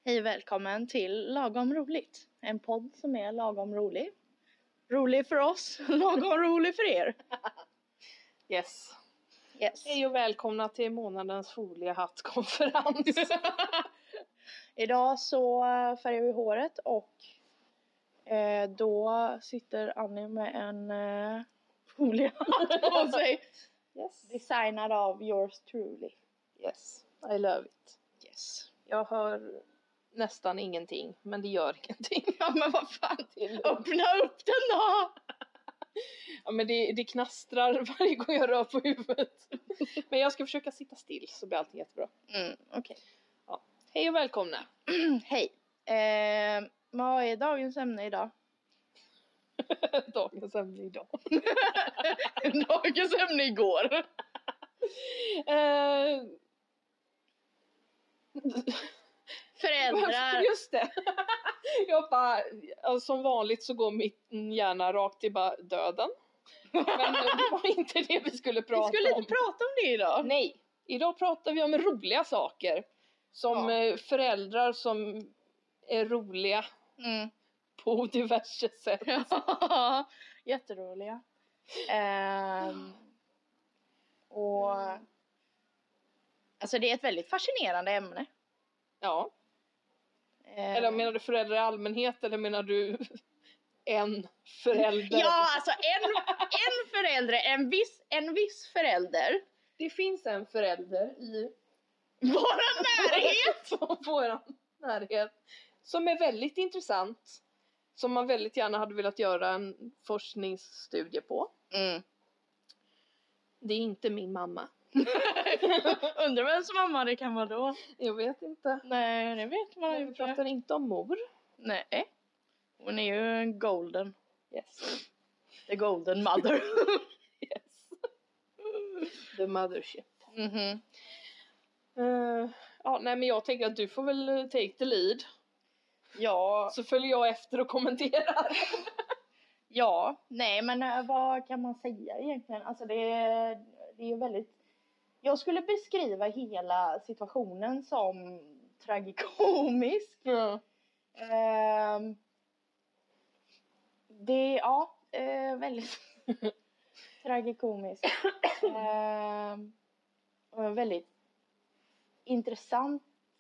Hej välkommen till Lagom roligt. En podd som är lagom rolig. Rolig för oss, lagom rolig för er. Yes. Yes. Hej och välkomna till månadens foliehattkonferens. Idag så färgar vi håret och då sitter Annie med en foliehatt på sig. Yes. Designad av yours truly. Yes. I love it. Yes. Jag hör nästan ingenting, men det gör ingenting. Ja men vad fan, öppna upp den då! Ja men det knastrar varje gång jag rör på huvudet. Men jag ska försöka sitta still så blir allting jättebra. Okej. Ja. Hej och välkomna. Hej. Vad är dagens ämne idag? Dagens ämne idag. Dagens ämne igår. Föräldrar. Just det. Jag bara, alltså, som vanligt så går min hjärna rakt till bara döden. Men det var inte det vi skulle prata om. Vi skulle inte prata om det idag. Nej, idag pratar vi om roliga saker. Som föräldrar som är roliga på diverse sätt. Ja, jätteroliga. Och alltså det är ett väldigt fascinerande ämne. Ja. Eller menar du föräldrar i allmänhet eller menar du en förälder? Ja, alltså en förälder, en viss förälder. Det finns en förälder i våran närhet. Våran närhet. Som är väldigt intressant. Som man väldigt gärna hade velat göra en forskningsstudie på. Det är inte min mamma. Undrar vems mamma det kan vara då? Jag vet inte. Nej, det vet man inte. Vi pratar inte om mor. Nej. Hon är ju en golden. Yes. The golden mother. Yes. The mothership. Ja, nej men jag tänker att du får väl take the lead. Ja. Så följer jag efter och kommenterar. Ja, nej men vad kan man säga egentligen? Alltså det är ju väldigt... Jag skulle beskriva hela situationen som tragikomisk. Det är väldigt tragikomisk. Och väldigt intressant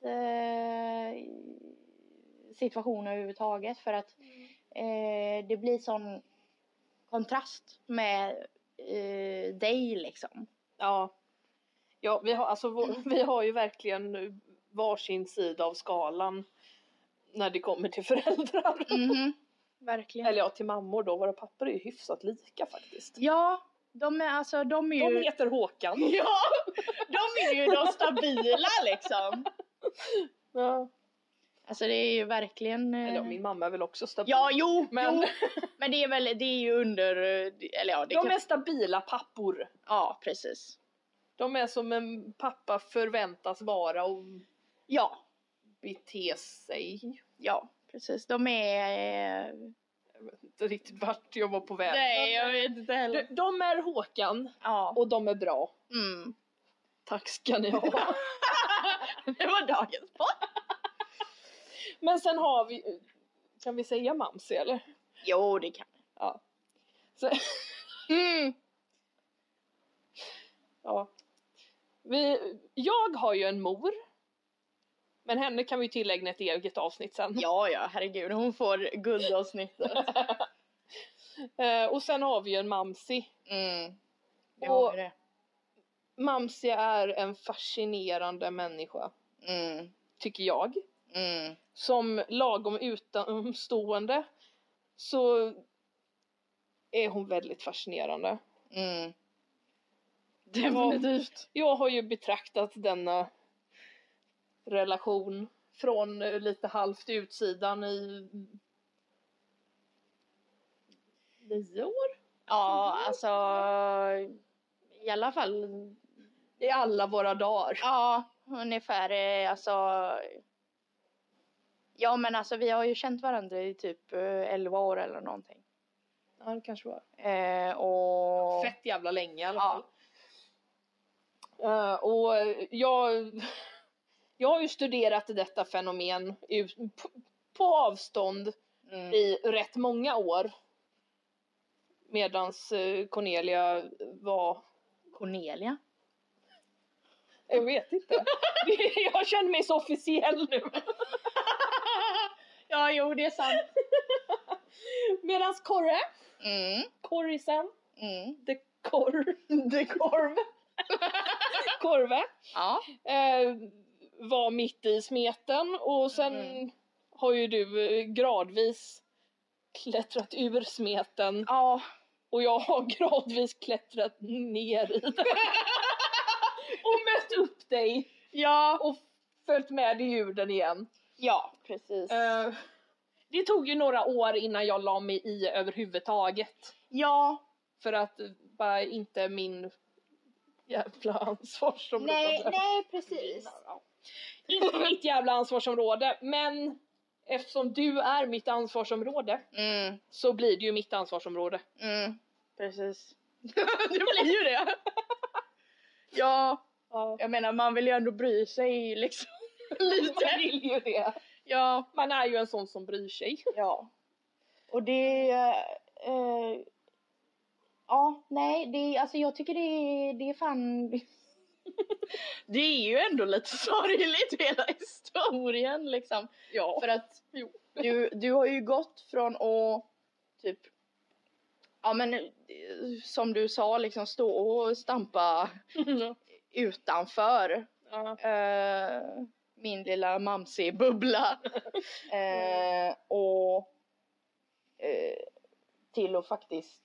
situation överhuvudtaget för att det blir sån kontrast med dig liksom. Ja, vi har ju verkligen varsin sida av skalan när det kommer till föräldrar. Verkligen. Eller ja, till mammor då. Våra pappor är ju hyfsat lika faktiskt. Ja, de är ju... De heter Håkan. Ja, de är ju de stabila liksom. Ja. Alltså det är ju verkligen... Eller min mamma är väl också stabil. Ja, jo. Men det är ju under... Eller ja, de är stabila pappor. Ja, precis. De är som en pappa förväntas vara och bete sig. Ja, precis. De är... Jag vet inte riktigt vart jag var på väg. Nej, jag vet inte heller. De är Håkan och de är bra. Tack ska ni ha. Det var dagens podd. Men sen har vi... Kan vi säga Mamsi eller? Jo, det kan vi. Ja. Så, ja. Jag har ju en mor. Men henne kan vi tillägna ett eget avsnitt sen. Ja, herregud. Hon får guldavsnittet. Och sen har vi ju en Mamsi. Det har vi det. Mamsi är en fascinerande människa. Tycker jag. Som lagom utomstående så är hon väldigt fascinerande. Definitivt. Jag har ju betraktat denna relation från lite halvt utsidan i 9 år. Ja, alltså i alla fall i alla våra dagar. Ja, ungefär alltså. Ja, men alltså vi har ju känt varandra i typ 11 år eller någonting. Ja, det kanske var. Och fett jävla länge i alla fall. Och jag Jag har ju studerat detta fenomen på avstånd i rätt många år. Medans Cornelia var... Cornelia? Jag vet inte. Jag känner mig så officiell nu. Ja, jo, det är sant. Medans Korre, Korrisen, The Korv, Korve, var mitt i smeten. Och sen har ju du gradvis klättrat ur smeten. Ja. Och jag har gradvis klättrat ner i den. Och mött upp dig. Ja. Och följt med dig ur den igen. Ja, precis. Det tog ju några år innan jag la mig i överhuvudtaget. Ja. För att bara inte min jävla ansvarsområde. Nej, precis. Inte mitt jävla ansvarsområde. Men eftersom du är mitt ansvarsområde så blir det ju mitt ansvarsområde. Precis. Det blir ju det. Ja. Jag menar, man vill ju ändå bry sig liksom. Lite. Man vill ju det. Ja. Man är ju en sån som bryr sig. Ja. Och det... ja, nej, det, alltså jag tycker det är fan... Det är ju ändå lite sorgligt hela historien liksom. Ja. För att du har ju gått från att typ... Ja, men som du sa, liksom stå och stampa utanför min lilla mamsi-bubbla och till att faktiskt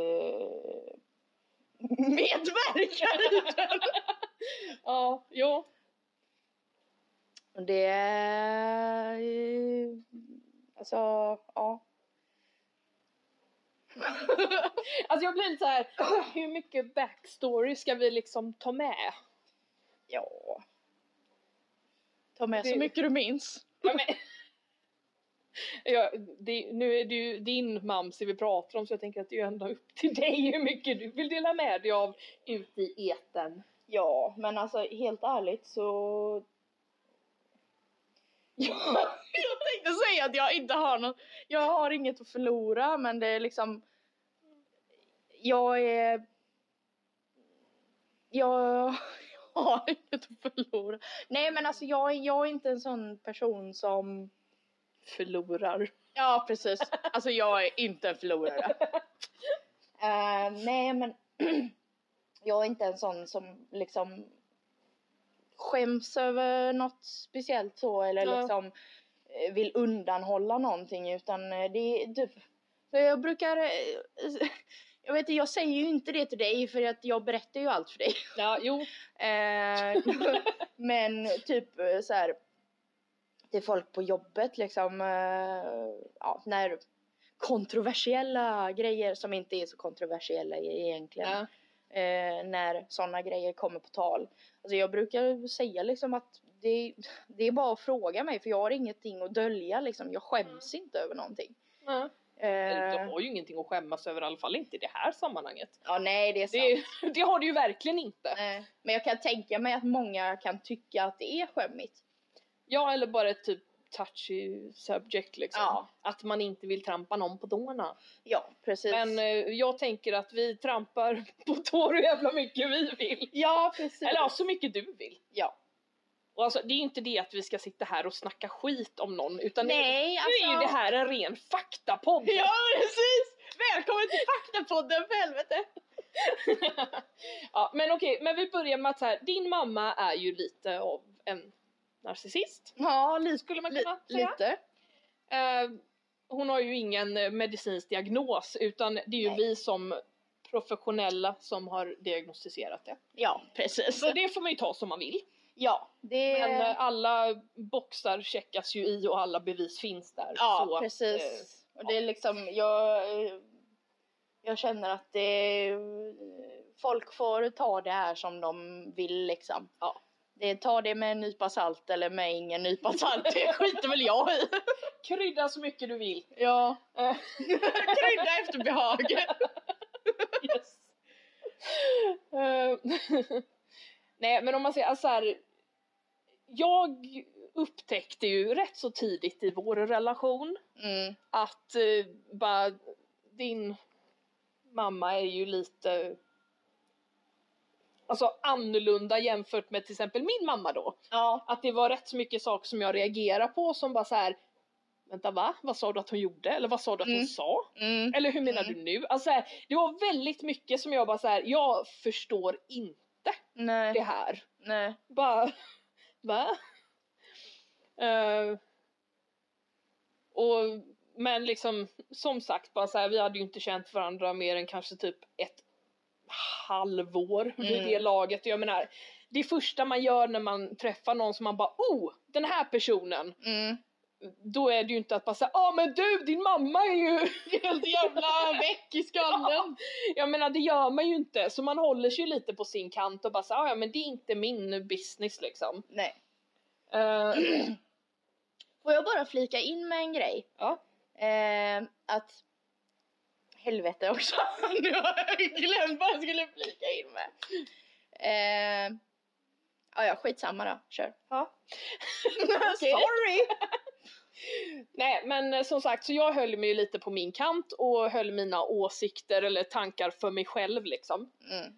medverka i den. Ja. Det är alltså, ja. Alltså jag blir lite så här, hur mycket backstory ska vi liksom ta med? Ja. Ta med så mycket du minns. Ja, men... nu är det ju din mamsi vi pratar om, så jag tänker att det är ändå upp till dig hur mycket du vill dela med dig av ut i etern. Ja, men alltså helt ärligt så... Jag tänkte säga att jag inte har något... Jag har inget att förlora, men det är liksom... Jag har inget att förlora. Nej, men alltså jag är inte en sån person som... Förlorar. Ja, precis. Alltså jag är inte en förlorare. Nej, men jag är inte en sån som liksom skäms över något speciellt så, eller liksom vill undanhålla någonting, utan det är typ, för jag brukar, jag vet inte, jag säger ju inte det till dig för att jag berättar ju allt för dig. Ja, jo. Men typ så här till folk på jobbet liksom, ja, när kontroversiella grejer som inte är så kontroversiella egentligen, när sådana grejer kommer på tal. Alltså jag brukar säga liksom att det är bara att fråga mig, för jag har ingenting att dölja liksom. Jag skäms inte över någonting. Du har ju ingenting att skämmas över, i alla fall inte i det här sammanhanget. Ja, nej, det är sant. Det har du ju verkligen inte. Nej. Men jag kan tänka mig att många kan tycka att det är skämmigt. Ja, eller bara ett typ touchy subject liksom. Ja. Att man inte vill trampa någon på tårna. Ja, precis. Men jag tänker att vi trampar på tår hur jävla mycket vi vill. Ja, precis. Eller ja, så mycket du vill. Ja. Och alltså, det är inte det att vi ska sitta här och snacka skit om någon, utan nej, nu är ju det här en ren faktapodd. Ja, precis! Välkommen till faktapodden, för helvete! Ja, men okej, men vi börjar med att så här, din mamma är ju lite av en narcissist. Ja, lite skulle man kunna säga. Lite. Hon har ju ingen medicinsk diagnos, utan det är ju vi som professionella som har diagnostiserat det. Ja, precis. Så det får man ju ta som man vill. Ja, det... Men alla boxar checkas ju i och alla bevis finns där. Ja, så precis. Att, och det är liksom, jag känner att folk får ta det här som de vill liksom. Ja. Ta det med en nypa salt eller med ingen nypa salt, det skiter väl jag i. Krydda så mycket du vill. Ja. Krydda efter behag. Yes. Nej, men om man säger så här, jag upptäckte ju rätt så tidigt i vår relation att bara din mamma är ju lite alltså annorlunda jämfört med till exempel min mamma då. Ja. Att det var rätt så mycket saker som jag reagerade på som bara så här: vänta, va? Vad sa du att hon gjorde? Eller vad sa du att hon sa? Eller hur menar du nu? Alltså här, det var väldigt mycket som jag bara så här: jag förstår inte det här. Nej. Bara, va? Men liksom, som sagt, bara så här, vi hade ju inte känt varandra mer än kanske typ ett halvår vid det laget. Jag menar, det första man gör när man träffar någon som man bara, den här personen. Då är det ju inte att bara säga, men du, din mamma är ju helt jävla väck i skallen. Jag menar, det gör man ju inte. Så man håller sig lite på sin kant och bara säger, men det är inte min business liksom. Nej. Får jag bara flika in med en grej? Ja. Att helvete också. Nu har jag glömt vad jag skulle flika in med. Ja, skitsamma då. Kör. Ja. Sorry. Nej, men som sagt, så jag höll mig ju lite på min kant och höll mina åsikter eller tankar för mig själv liksom.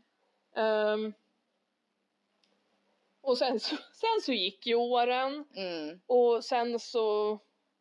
Och sen så gick ju åren. Och sen så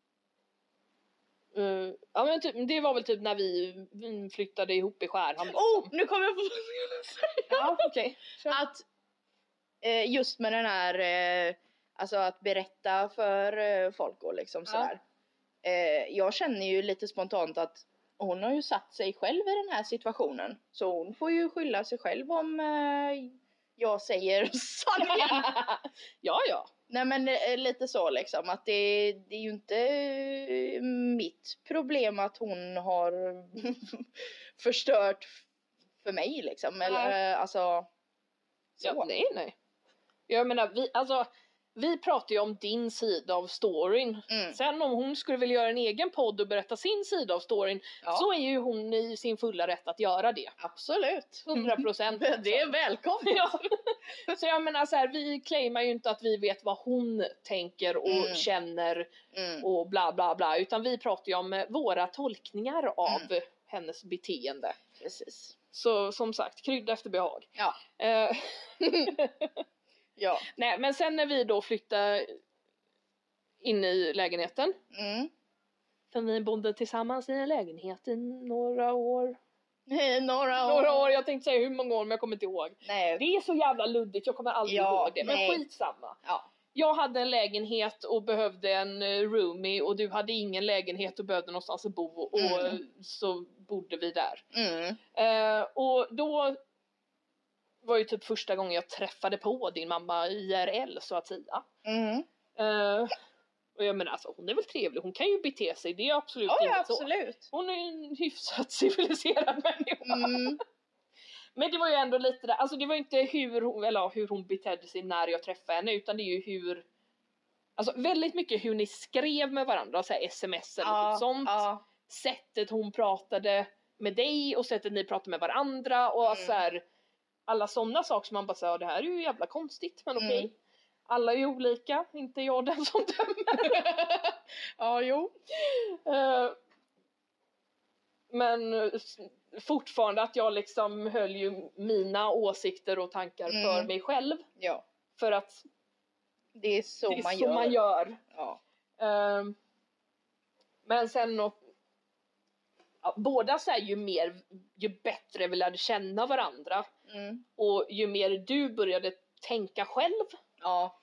ja, men typ, det var väl typ när vi flyttade ihop i Skärhamn liksom. Nu kommer jag på vad jag säga. Ja, okej. Att just med den här alltså att berätta för folk och liksom sådär. Jag känner ju lite spontant att hon har ju satt sig själv i den här situationen. Så hon får ju skylla sig själv om jag säger sanningen. Ja. Nej, men lite så liksom, att det är ju inte mitt problem att hon har förstört för mig liksom. Eller alltså så. Ja, nej. Jag menar, vi pratar ju om din sida av storyn. Sen om hon skulle vilja göra en egen podd och berätta sin sida av storyn, så är ju hon i sin fulla rätt att göra det. Absolut. 100%. Det är välkommet. Ja. Så jag menar så här, vi claimar ju inte att vi vet vad hon tänker och känner och bla bla bla, utan vi pratar ju om våra tolkningar av hennes beteende. Precis. Så som sagt, krydda efter behag. Ja. Ja. Nej, men sen när vi då flyttade in i lägenheten. För vi bodde tillsammans i en lägenhet i några år. Några år, jag tänkte säga hur många år men jag kommer inte ihåg. Nej. Det är så jävla luddigt, jag kommer aldrig ihåg det. Men skitsamma. Ja. Jag hade en lägenhet och behövde en roomie och du hade ingen lägenhet och behövde någonstans att bo och så bodde vi där. Och då var ju typ första gången jag träffade på din mamma IRL så att säga. Och jag menar alltså, hon är väl trevlig, hon kan ju bete sig, det är absolut inte absolut. så. Hon är en hyfsat civiliserad människa. Men det var ju ändå lite där, alltså det var inte hur hon betedde sig när jag träffade henne, utan det är ju alltså väldigt mycket hur ni skrev med varandra, så här sms eller typ sånt. Sättet hon pratade med dig och sättet ni pratade med varandra och så här, alla sådana saker som man bara säger, det här är ju jävla konstigt, men okej. Alla är ju olika, inte jag den som dömer. Ja, jo. Men fortfarande att jag liksom höll ju mina åsikter och tankar för mig själv. Ja. För att det är så, det är man gör. Ja. Men sen båda så här, ju bättre vi lärde känna varandra och ju mer du började tänka själv. Ja.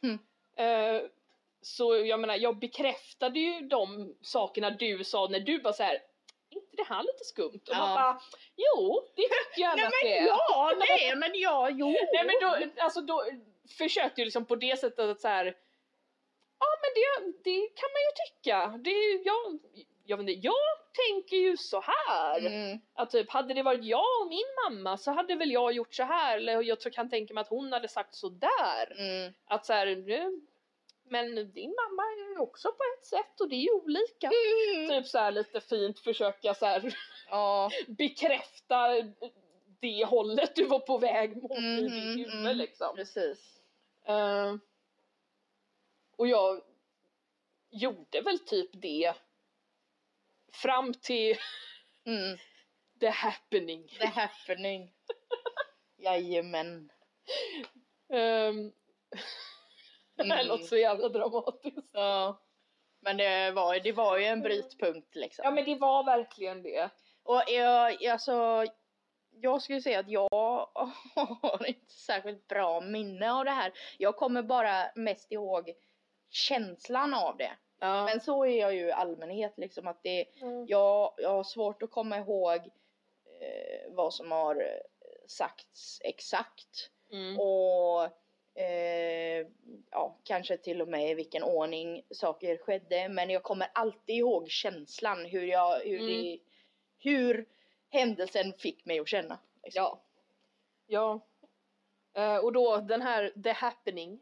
Så jag menar, jag bekräftade ju de sakerna du sa när du bara så här, inte det här lite skumt? Och man bara, jo, det tycker jag att det är. Ja, nej, men ja, jo. Nej, men då försökte jag liksom på det sättet att så här, ja men det kan man ju tycka. Jag vet inte, jag tänker ju så här. Att typ, hade det varit jag och min mamma så hade väl jag gjort så här. Eller jag kan tänka mig att hon hade sagt så där. Att så här, men din mamma är ju också på ett sätt och det är ju olika. Typ så här lite fint försöka så här bekräfta det hållet du var på väg mot i ditt huvud liksom. Precis. Och jag gjorde väl typ det fram till the happening. The happening. Jajamän. Det här låter så jävla dramatiskt. Ja. Men det var ju en brytpunkt liksom. Ja, men det var verkligen det. Och jag skulle säga att jag har inte särskilt bra minne av det här. Jag kommer bara mest ihåg känslan av det. Ja. Men så är jag ju i allmänhet liksom, att jag har svårt att komma ihåg vad som har sagts exakt. Och kanske till och med i vilken ordning saker skedde, men jag kommer alltid ihåg känslan, hur händelsen fick mig att känna liksom. Ja. Och då den här the happening.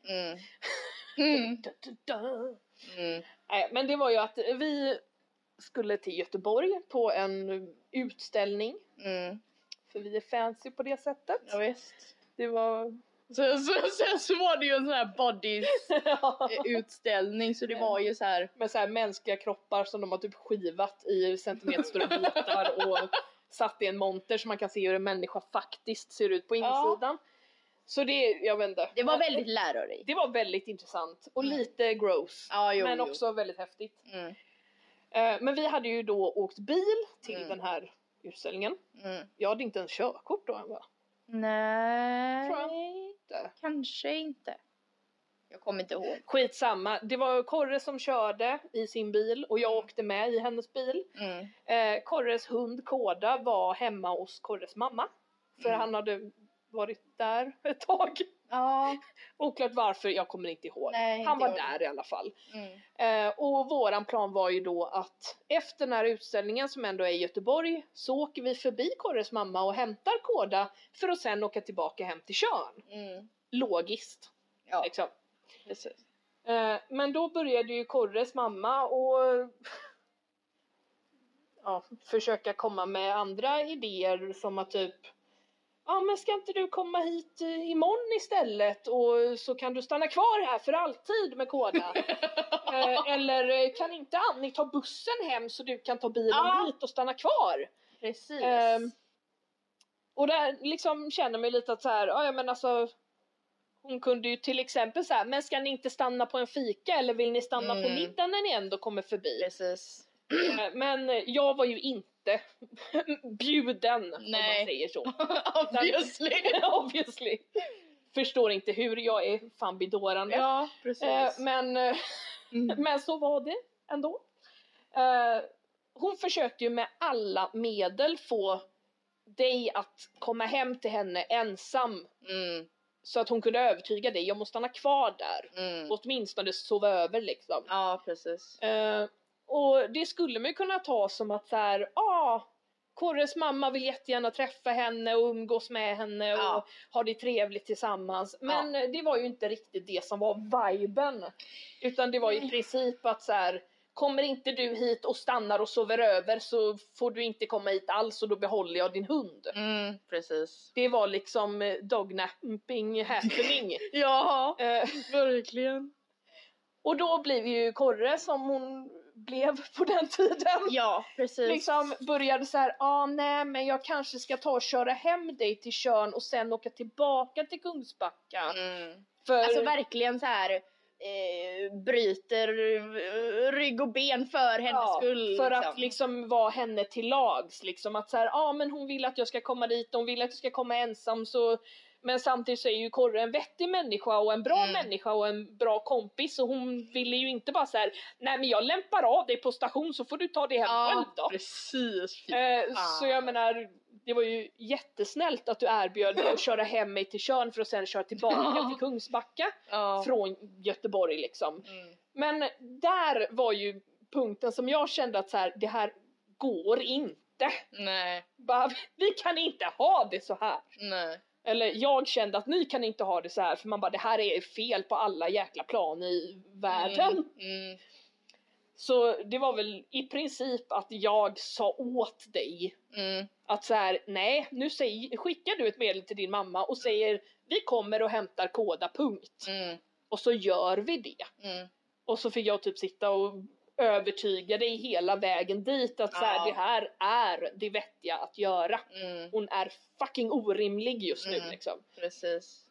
Nej, men det var ju att vi skulle till Göteborg på en utställning. För vi är fancy på det sättet. Ja, visst. Det var... Så var det ju en sån här bodies utställning, så det var ju så här med så här mänskliga kroppar som de har typ skivat i centimeterstora bitar och satt i en monter så man kan se hur en människa faktiskt ser ut på insidan. Ja. Så jag vet inte. Det var väldigt lärorikt. Det var väldigt intressant och lite gross. Ja, men också väldigt häftigt. Men vi hade ju då åkt bil till den här utställningen. Jag hade inte ens körkort då, va? Nej. Tror jag inte. Kanske inte. Jag kommer inte ihåg. Skitsamma. Det var Korre som körde i sin bil och jag åkte med i hennes bil. Korres hund Koda var hemma hos Korres mamma. För han hade varit där ett tag. Ja. Oklart varför, jag kommer inte ihåg. Nej, han var där i alla fall. Och våran plan var ju då att efter den här utställningen som ändå är i Göteborg så åker vi förbi Korres mamma och hämtar Koda för att sen åka tillbaka hem till Tjörn. Logiskt. Ja, liksom. Precis. Men då började ju Korres mamma och försöka komma med andra idéer som att typ men ska inte du komma hit imorgon istället och så kan du stanna kvar här för alltid med Koda. Eller kan inte Annie ta bussen hem så du kan ta bilen hit och stanna kvar. Precis. Och där liksom känner mig lite att så här, men alltså hon kunde ju till exempel så här, men ska ni inte stanna på en fika eller vill ni stanna på middagen när ni ändå kommer förbi? Precis. Men jag var ju inte bjuden, om man säger så. Obviously. Förstår inte hur, jag är fan bedårande. Ja, precis. Men så var det ändå. Hon försökte ju med alla medel få dig att komma hem till henne ensam. Så att hon kunde övertyga dig om att stanna kvar där. Och åtminstone sova över liksom. Ja, precis. Och det skulle man ju kunna ta som att så här, Korres mamma vill jättegärna träffa henne och umgås med henne och ha det trevligt tillsammans. Men det var ju inte riktigt det som var viben. Utan det var i princip att så här, kommer inte du hit och stannar och sover över så får du inte komma hit alls och då behåller jag din hund. Precis. Det var liksom dognapping happening. Ja, verkligen. Och då blev ju Korre som hon blev på den tiden. Ja, precis. Liksom började så här, nej men jag kanske ska ta och köra hem dig till Tjörn och sen åka tillbaka till Kungsbacka. För... Alltså verkligen så här bryter rygg och ben för hennes skull. För att liksom vara henne till lags. Liksom att så här, men hon vill att jag ska komma dit, hon vill att jag ska komma ensam så... Men samtidigt så är ju Korre en vettig människa och en bra människa och en bra kompis. Och hon ville ju inte bara så här, nej men jag lämpar av dig på station så får du ta det hem själv då. Precis. Så jag menar, det var ju jättesnällt att du erbjöd dig att köra hem mig till Tjörn för att sen köra tillbaka till Kungsbacka från Göteborg liksom. Men där var ju punkten som jag kände att så här, det här går inte. Nej. Bara, vi kan inte ha det så här. Nej. Eller jag kände att ni kan inte ha det så här för man bara, det här är fel på alla jäkla plan i världen. Så det var väl i princip att jag sa åt dig att så här, nej, nu skickar du ett medel till din mamma och säger vi kommer och hämtar Koda, punkt. Och så gör vi det. Och så fick jag typ sitta och övertyga dig hela vägen dit att så här, det här är det vettiga att göra. Hon är fucking orimlig just nu liksom. Precis.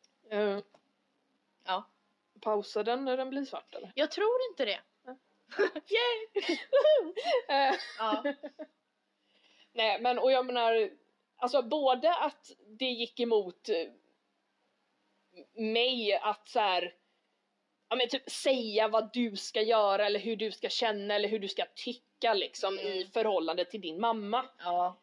Ja. Pausa den när den blir svart eller? Jag tror inte det. Yay! Ja. Nej men och jag menar alltså både att det gick emot mig att så här, ja men typ säga vad du ska göra eller hur du ska känna eller hur du ska tycka liksom i förhållande till din mamma. Ja.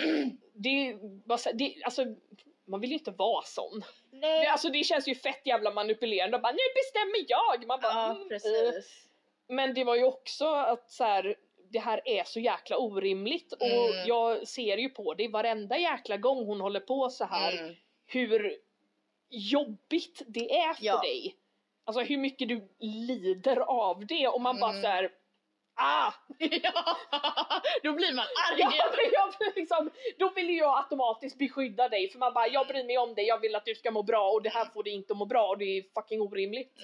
Alltså man vill ju inte vara sån. Nej. Alltså det känns ju fett jävla manipulerande och bara nu bestämmer jag. Man bara, precis. Men det var ju också att så här, det här är så jäkla orimligt och jag ser ju på det varenda jäkla gång hon håller på så här hur jobbigt det är för dig. Alltså hur mycket du lider av det och man bara så här då blir man arg. Då vill jag automatiskt beskydda dig för man bara, jag bryr mig om dig, jag vill att du ska må bra och det här får dig inte att må bra och det är fucking orimligt.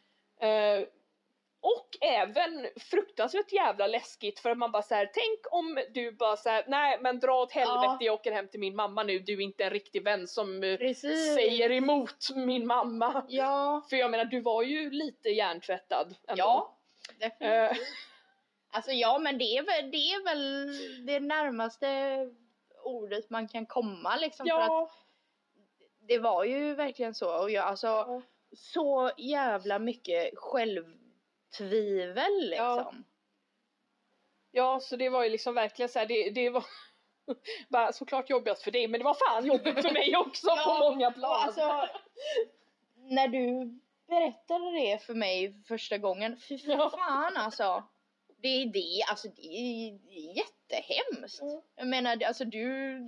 Och även fruktansvärt jävla läskigt för att man bara så här, tänk om du bara så här, nej men dra åt helvete, jag åker hem till min mamma nu, du är inte en riktig vän som säger emot min mamma. För jag menar, du var ju lite hjärntvättad ändå. Ja, definitivt. Alltså men det är väl det närmaste ordet man kan komma liksom för att det var ju verkligen så och så jävla mycket självtvivel liksom. Ja, så det var ju liksom verkligen så här, det var bara såklart jobbigast för dig, men det var fan jobbigt för mig också på många plan. Alltså, när du berättade det för mig första gången, fy fan alltså. Det är jättehemskt. Jag menar, alltså du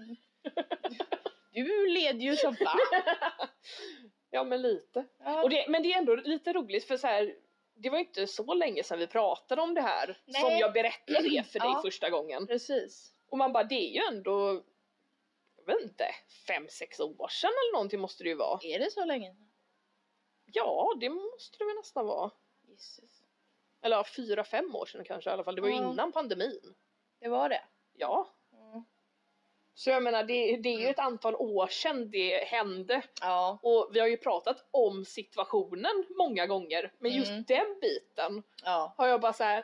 leder ju som fan. Ja, men lite. Men det är ändå lite roligt för så här, det var inte så länge sedan vi pratade om det här som jag berättade det för dig första gången. Precis. Och man bara, det är ju ändå, jag vet inte, 5-6 år sedan eller någonting måste det ju vara. Är det så länge? Ja, det måste det väl nästan vara. Jesus. Eller 4-5 år sedan kanske i alla fall. Det var ju innan pandemin. Det var det? Ja. Så jag menar, det är ju ett antal år sedan det hände. Och vi har ju pratat om situationen många gånger. Men just den biten har jag bara såhär...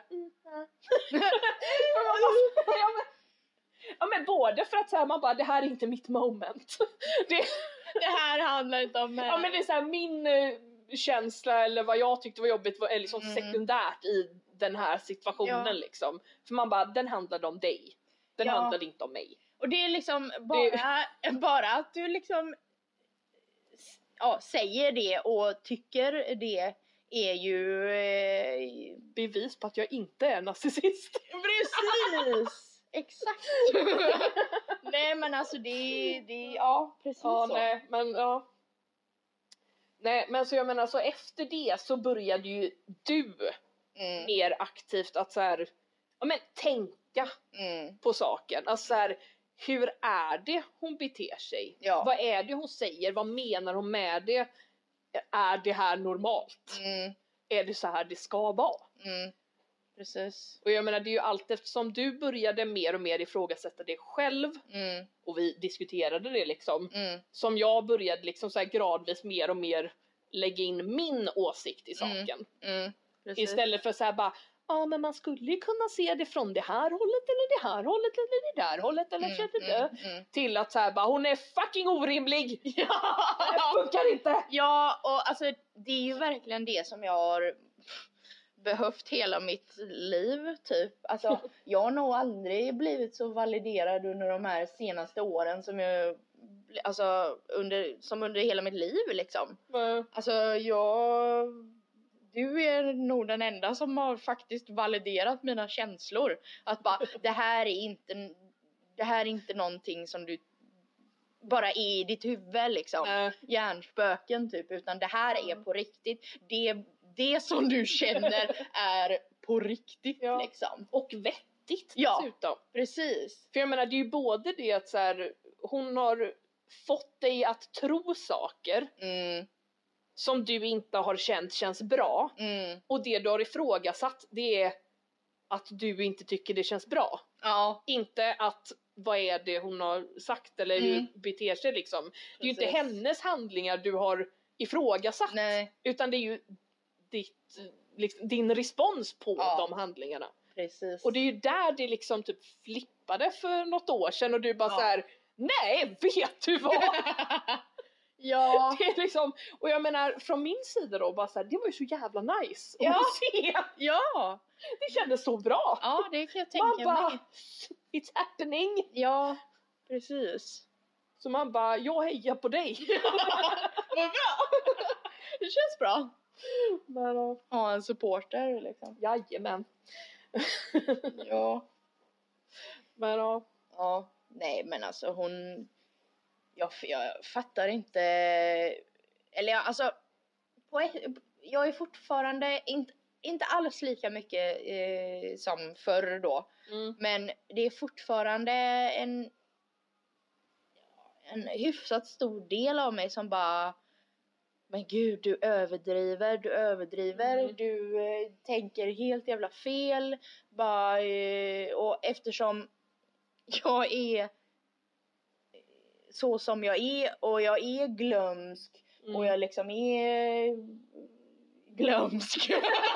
Ja men både för att säga man bara, det här är inte mitt moment. Det här handlar inte om mig. Ja men det är såhär, min känsla eller vad jag tyckte var jobbigt är liksom sekundärt i den här situationen liksom. För man bara, den handlade om dig. Den handlade inte om mig. Och det är liksom bara att du liksom säger det och tycker det är ju bevis på att jag inte är narcissist. Precis! Exakt! Nej men alltså det precis så. Nej men så jag menar så efter det så började ju du mer aktivt att så här, tänka på saken. Alltså så här, hur är det hon beter sig? Vad är det hon säger? Vad menar hon med det? Är det här normalt? Är det så här det ska vara? Precis. Och jag menar, det är ju allt eftersom du började mer och mer ifrågasätta det själv. Och vi diskuterade det liksom. Som jag började liksom så här gradvis mer och mer lägga in min åsikt i saken. Istället för så här bara, men man skulle ju kunna se det från det här hållet eller det här hållet eller det där hållet eller till att så här bara, hon är fucking orimlig. Det funkar inte. Ja, och alltså det är ju verkligen det som jag har behövt hela mitt liv typ. Alltså jag har nog aldrig blivit så validerad under de här senaste åren som jag under hela mitt liv liksom. Alltså du är nog den enda som har faktiskt validerat mina känslor. Att bara, det här är inte någonting som du bara är i ditt huvud liksom. Hjärnspöken typ. Utan det här är på riktigt. Det som du känner är på riktigt liksom. Och vettigt dessutom. Precis. För jag menar, det är ju både det att så här, hon har fått dig att tro saker. som du inte har känt känns bra. Och det du har ifrågasatt, det är att du inte tycker det känns bra. Ja. Inte att vad är det hon har sagt eller hur beter sig liksom. Det är ju inte hennes handlingar du har ifrågasatt. Nej. Utan det är ju din respons på de handlingarna. Precis. Och det är ju där det liksom typ flippade för något år sedan och du bara så här: nej, vet du vad? Ja. Det är liksom, och jag menar från min sida då bara så här, det var ju så jävla nice att se. Ja. Det kändes så bra. Ja, det kan jag tänka mig. It's happening. Ja, precis. Så man bara, jag hejar på dig. Vad bra. Det känns bra. Men, ha en supporter liksom. Jajamän. Ja. Men ja, nej men alltså hon, jag fattar inte, eller alltså jag är fortfarande inte alls lika mycket som förr då. Men det är fortfarande en hyfsat stor del av mig som bara, men gud, du överdriver, du tänker helt jävla fel, bara, och eftersom jag är så som jag är och jag är glömsk och jag liksom är glömsk.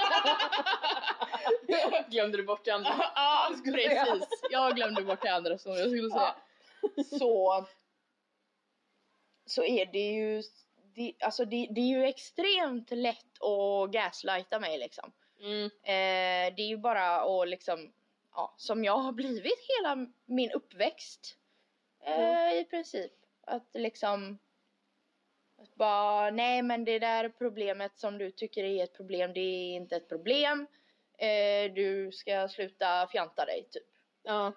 Glömde du bort det andra? Ja, precis. Jag glömde bort det andra som jag skulle säga. Så är det ju det är ju extremt lätt att gaslighta mig liksom. Det är ju bara att liksom, som jag har blivit hela min uppväxt i princip. Att liksom att bara, nej men det där problemet som du tycker är ett problem, det är inte ett problem. Du ska sluta fjanta dig typ. Ja.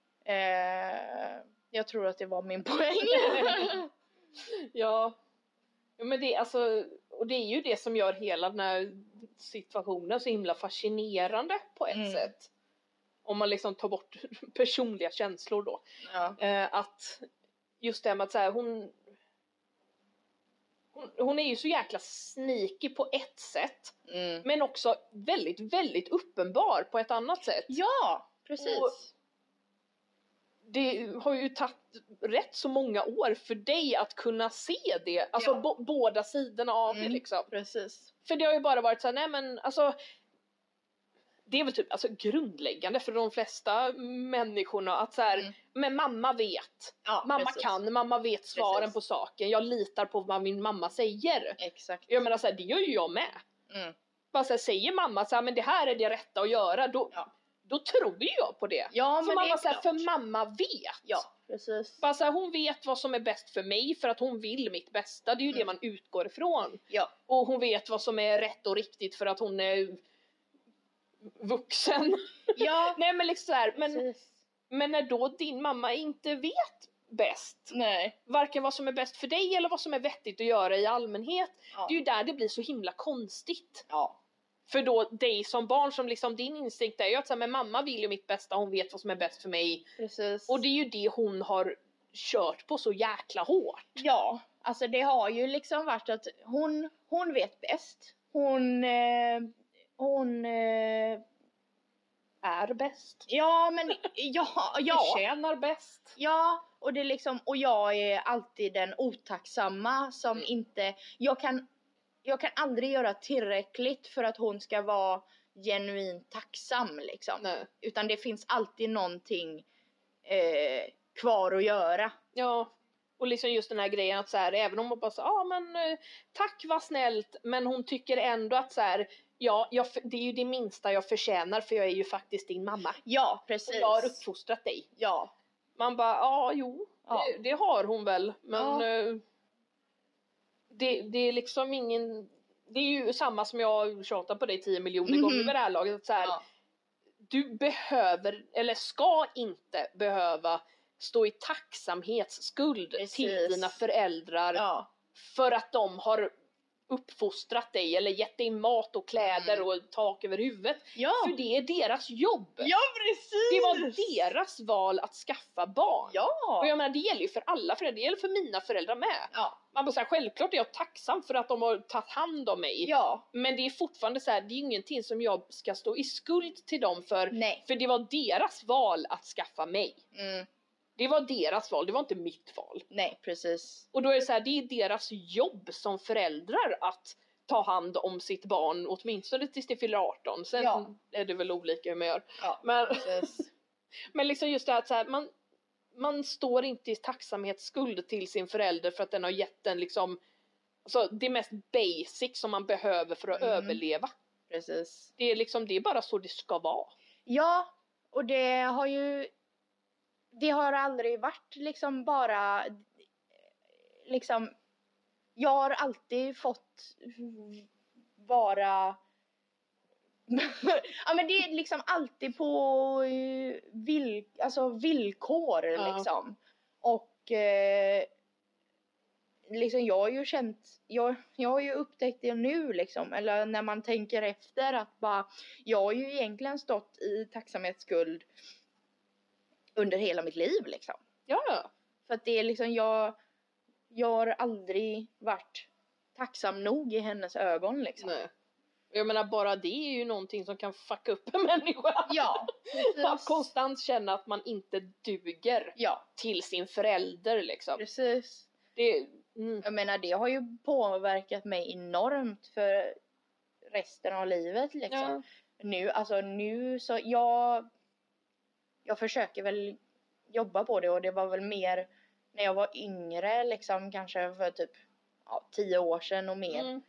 Jag tror att det var min poäng. Ja, men det, alltså, och det är ju det som gör hela den här situationen så himla fascinerande på ett sätt. Om man liksom tar bort personliga känslor då. Ja. Att just det med att så här, hon är ju så jäkla sneaky på ett sätt. Men också väldigt, väldigt uppenbar på ett annat sätt. Ja, precis. Och det har ju tagit rätt så många år för dig att kunna se det. Alltså båda sidorna av det liksom. Precis. För det har ju bara varit så här, nej men alltså, det är väl typ alltså grundläggande för de flesta människorna att så här, men mamma vet. Ja, mamma precis. mamma vet svaren på saken. Jag litar på vad min mamma säger. Exakt. Jag menar så här, det gör ju jag med. Bara så här, säger mamma så här, men det här är det rätta att göra, då tror ju jag på det. Ja, för mamma så här, för mamma vet. Ja, precis. Bara så här, hon vet vad som är bäst för mig för att hon vill mitt bästa. Det är ju det man utgår ifrån. Ja. Och hon vet vad som är rätt och riktigt för att hon är vuxen. Ja. Nej men liksom så här, men när då din mamma inte vet bäst. Nej. Varken vad som är bäst för dig eller vad som är vettigt att göra i allmänhet. Det är ju där det blir så himla konstigt. Ja. För då dig som barn som liksom din instinkt är ju att säga, men mamma vill ju mitt bästa, hon vet vad som är bäst för mig. Precis. Och det är ju det hon har kört på så jäkla hårt. Ja, alltså det har ju liksom varit att hon vet bäst. Hon är bäst. Ja, men Förtjänar bäst. Ja, och det är liksom, och jag är alltid den otacksamma som inte, jag kan aldrig göra tillräckligt för att hon ska vara genuint tacksam liksom. Nej. Utan det finns alltid någonting kvar att göra. Ja, och liksom just den här grejen att så här, även om man bara så, men tack vad snällt, men hon tycker ändå att så här, det är ju det minsta jag förtjänar för jag är ju faktiskt din mamma. Ja, precis. Och jag har uppfostrat dig. Ja. Man bara, det har hon väl, men det är liksom ingen, det är ju samma som jag tjatar på dig 10 miljoner gånger vid det här laget, att så här, du behöver, eller ska inte behöva stå i tacksamhetsskuld till dina föräldrar för att de har uppfostrat dig eller gett dig mat och kläder och tak över huvudet. Ja. För det är deras jobb. Ja, precis! Det var deras val att skaffa barn. Ja! Och jag menar, det gäller ju för alla föräldrar, det gäller för mina föräldrar med. Ja. Man bara säga, självklart är jag tacksam för att de har tagit hand om mig. Ja. Men det är fortfarande så här, det är ingenting som jag ska stå i skuld till dem för. Nej. För det var deras val att skaffa mig. Mm. Det var deras val, det var inte mitt val. Nej, precis. Och då är det så här, det är deras jobb som föräldrar att ta hand om sitt barn, åtminstone tills det fyller 18. Sen är det väl olika hur man gör. Ja, men, precis. men liksom just det här, att så här man står inte i tacksamhetsskuld till sin förälder för att den har gett den liksom, alltså det mest basic som man behöver för att överleva. Precis. Det är liksom, det är bara så det ska vara. Ja, och det har aldrig varit liksom bara liksom, jag har alltid fått vara ja, men det är liksom alltid på villkor liksom. Och liksom jag har ju känt, jag har ju upptäckt det nu liksom, eller när man tänker efter att bara, jag har ju egentligen stått i tacksamhetsskuld under hela mitt liv liksom. Ja. För att det är liksom, jag har aldrig varit tacksam nog i hennes ögon liksom. Nej. Jag menar, bara det är ju någonting som kan fucka upp en människa. Ja, att konstant känna att man inte duger till sin förälder liksom. Precis. Jag menar, det har ju påverkat mig enormt för resten av livet liksom. Nu så jag försöker väl jobba på det, och det var väl mer när jag var yngre liksom, kanske för typ 10 år sedan och mer.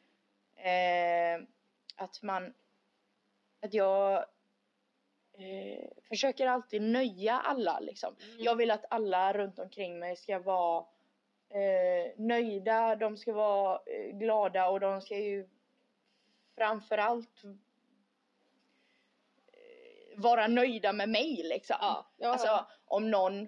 Att jag försöker alltid nöja alla liksom. Jag vill att alla runt omkring mig ska vara nöjda, de ska vara glada, och de ska ju framförallt vara nöjda med mig liksom. Alltså om någon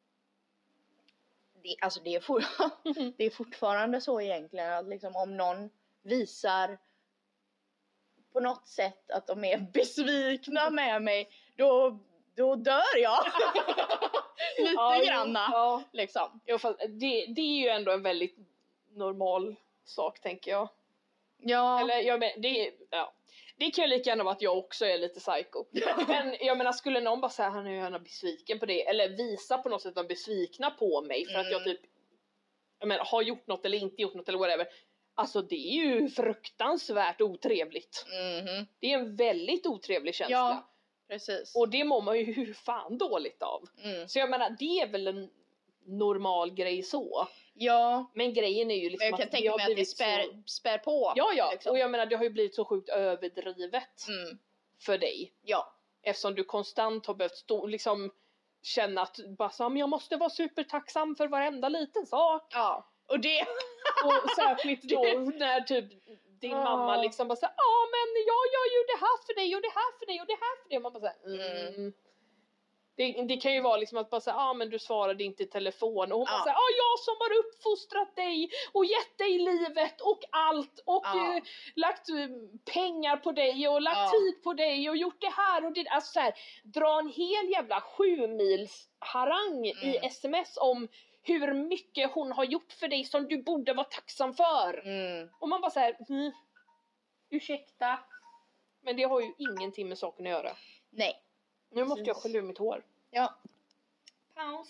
det är fortfarande så egentligen att liksom, om någon visar på något sätt att de är besvikna med mig, då dör jag. Lite granna. Liksom. Ja, fast det är ju ändå en väldigt normal sak, tänker jag. Ja. Eller det kan ju lika gärna vara att jag också är lite psycho. Men jag menar, skulle någon bara säga han är gärna besviken på det, eller visa på något sätt att de är besvikna på mig för att jag typ har gjort något eller inte gjort något eller whatever. Alltså det är ju fruktansvärt otrevligt. Det är en väldigt otrevlig känsla. Ja, precis. Och det mår man ju hur fan dåligt av. Så jag menar, det är väl en normal grej så. Ja. Men grejen är ju liksom, jag kan tänka mig att det spär på. Ja. Liksom. Och jag menar, det har ju blivit så sjukt överdrivet för dig. Ja. Eftersom du konstant har behövt liksom känna att bara så, men jag måste vara supertacksam för varenda liten sak. Ja. Och särskilt då när typ din mamma liksom bara såhär, men jag gör ju det här för dig och det här för dig och det här för dig. Och man bara såhär, Det kan ju vara liksom att bara säga, men du svarade inte i telefon. Och hon bara säger, jag som har uppfostrat dig och gett dig livet och allt. Och lagt pengar på dig och lagt tid på dig och gjort det här och det. Alltså så här, dra en hel jävla 7-mils harang i sms om hur mycket hon har gjort för dig som du borde vara tacksam för. Och man bara säger, ursäkta. Men det har ju ingenting med saken att göra. Nej. Nu måste jag skölja ur mitt hår. Ja. Paus.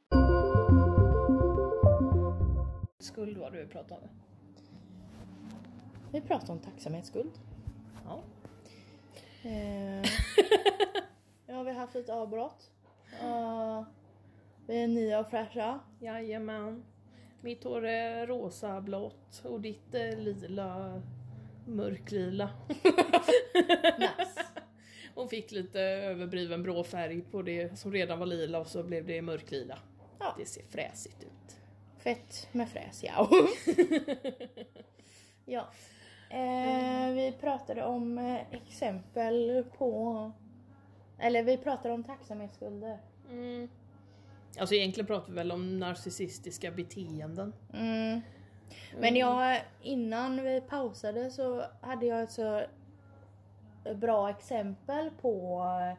Skuld var det vi pratade om. Vi pratade om tacksamhetsskuld. Ja. Ja, vi har haft ett avbrott. Vi är nya och fräscha. Jajamän. Mitt hår är rosa blått och ditt är lila, mörklila. Nice. Hon fick lite överdriven bråfärg på det som redan var lila och så blev det mörklila. Ja. Det ser fräsigt ut. Fett med fräs, ja. Ja. Vi pratade om exempel på... Eller vi pratade om tacksamhetsskulder. Alltså egentligen pratar vi väl om narcissistiska beteenden. Men innan vi pausade så hade jag ett så bra exempel på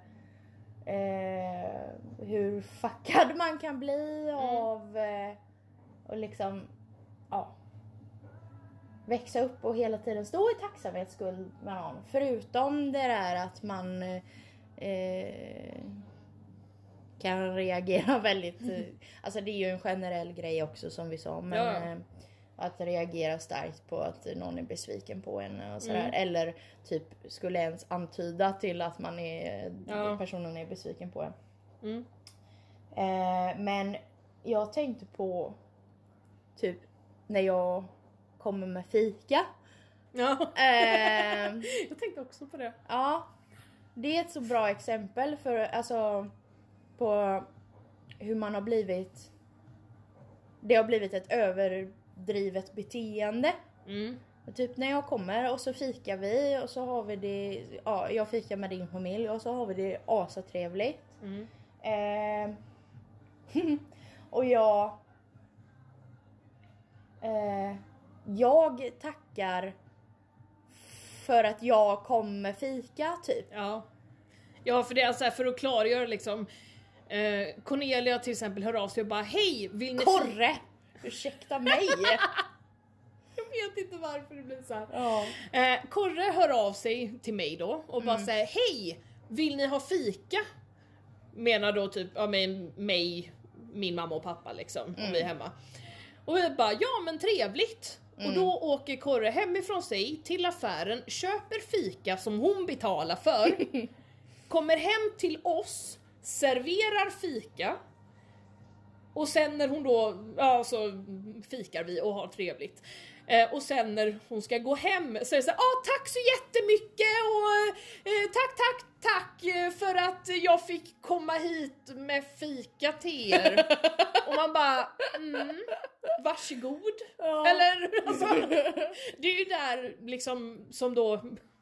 hur fuckad man kan bli av och liksom växa upp och hela tiden stå i tacksamhetsskuld med någon. Förutom det där att man kan reagera väldigt... Alltså det är ju en generell grej också som vi sa. Men att reagera starkt på att någon är besviken på en och sådär. Eller typ skulle ens antyda till att personen är besviken på en. Men jag tänkte på typ när jag kommer med fika. Ja. Jag tänkte också på det. Ja. Det är ett så bra exempel för alltså på hur man har blivit. Det har blivit ett överdrivet beteende. Typ när jag kommer och så fikar vi och så har vi det, jag fikar med din familj och så har vi det asatrevligt. Och jag tackar för att jag kommer fika typ. Ja, för det är så här, för att klargöra liksom Cornelia till exempel hör av sig och bara hej, vill ni Korre, ursäkta mig. Jag vet inte varför det blir så här. Korre hör av sig till mig då och bara säger hej, vill ni ha fika? Menar då typ mig, min mamma och pappa liksom, om vi är hemma. Och vi bara, ja men trevligt. Och då åker Korre hemifrån sig till affären, köper fika som hon betalar för. Kommer hem till oss, serverar fika. Och sen när hon då, så fikar vi och har trevligt. Och sen när hon ska gå hem så är det så här, tack så jättemycket och tack för att jag fick komma hit med fika till er. Och man bara, varsågod. Eller, alltså, det är ju där liksom som då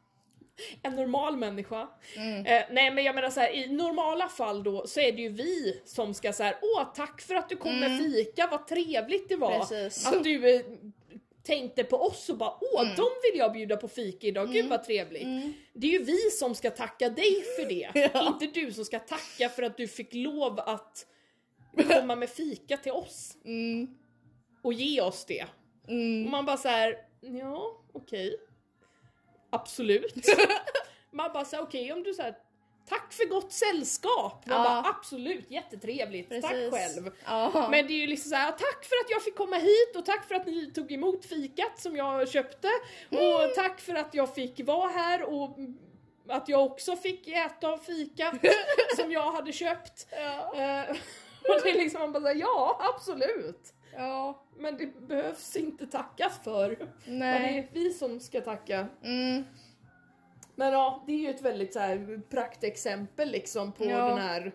en normal människa. Nej men jag menar så här, i normala fall då så är det ju vi som ska så här, tack för att du kom med fika, vad trevligt det var. Precis. Att du tänkte på oss och bara, de vill jag bjuda på fika idag, gud vad trevligt. Det är ju vi som ska tacka dig för det. Inte du som ska tacka för att du fick lov att komma med fika till oss. Och ge oss det. Och man bara så här, ja, okej. Absolut. Man bara så här, okej, om du så här, tack för gott sällskap. Man bara, absolut, jättetrevligt. Precis. Tack själv. Men det är ju liksom så här, tack för att jag fick komma hit och tack för att ni tog emot fikat som jag köpte. Och tack för att jag fick vara här och att jag också fick äta av fika som jag hade köpt. Och det är liksom, man bara så här, ja, absolut. Men det behövs inte tackas för. Nej. Det är vi som ska tacka. Men det är ju ett väldigt så här praktexempel liksom på den här.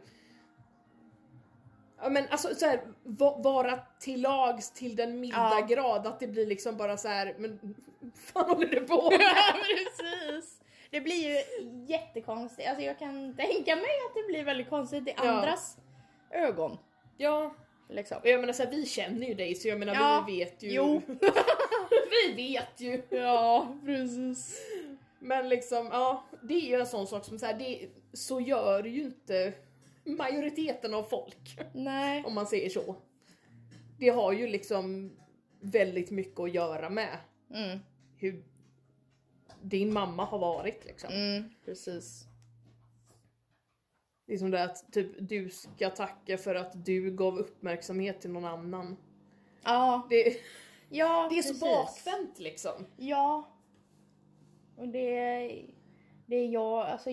Ja men alltså så här, vara till lags till den milda grad att det blir liksom bara så här, men fan håller det på med? Precis. Det blir ju jättekonstigt. Alltså jag kan tänka mig att det blir väldigt konstigt i andras ögon. Ja. Liksom. Jag menar så här, vi känner ju dig så jag menar vi vet ju. Jo. Vi vet ju. Ja, precis. Men liksom, det är ju en sån sak som så här, så gör ju inte majoriteten av folk. Nej. Om man säger så. Det har ju liksom väldigt mycket att göra med hur din mamma har varit liksom. Precis. Det är som det att typ, du ska tacka för att du gav uppmärksamhet till någon annan. Det är precis. Så bakvänt liksom. Ja. Och det är jag, alltså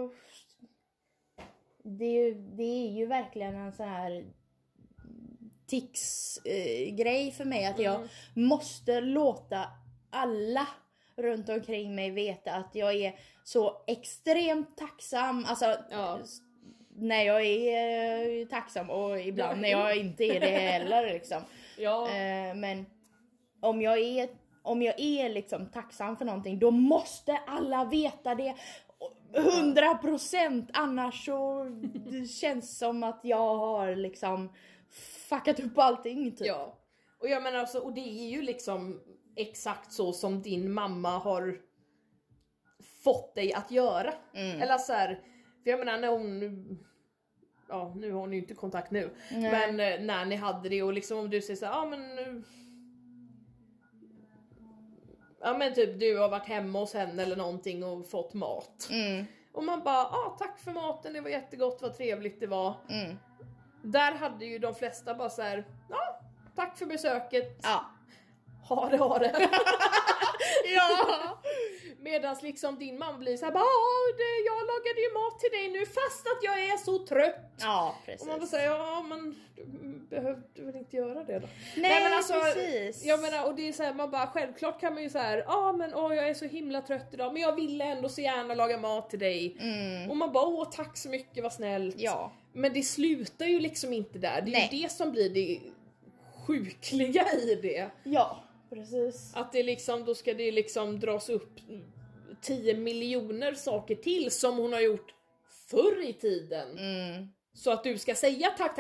det är ju verkligen en sån här grej för mig att jag måste låta alla runt omkring mig veta att jag är så extremt tacksam, alltså när jag är tacksam och ibland när jag inte är det heller liksom. Men om jag är liksom tacksam för någonting, då måste alla veta det 100%, annars så det känns som att jag har liksom fuckat upp allting typ. Och jag menar alltså, och det är ju liksom exakt så som din mamma har fått dig att göra. Eller så här, för jag menar när hon, ja nu har ni ju inte kontakt nu, men när ni hade det och liksom om du säger så här, ja men typ du har varit hemma hos henne eller någonting och fått mat. Och man bara, tack för maten, det var jättegott, vad trevligt det var. Där hade ju de flesta bara så här, tack för besöket. Ja. Ha det. Ja. Medans liksom din mamma blir så här, jag lagade ju mat till dig nu fast att jag är så trött. Ja, precis. Och man bara säger, men du behövde väl inte göra det då? Nej men alltså, precis. Jag menar, och det är så här, man bara, självklart kan man ju så här, jag är så himla trött idag, men jag ville ändå så gärna laga mat till dig. Och man bara, tack så mycket, vad snällt. Ja. Men det slutar ju liksom inte där. Det är ju det som blir det sjukliga i det. Ja, precis. Att det liksom, då ska det liksom dras upp 10 miljoner saker till som hon har gjort förr i tiden. Så att du ska säga tack.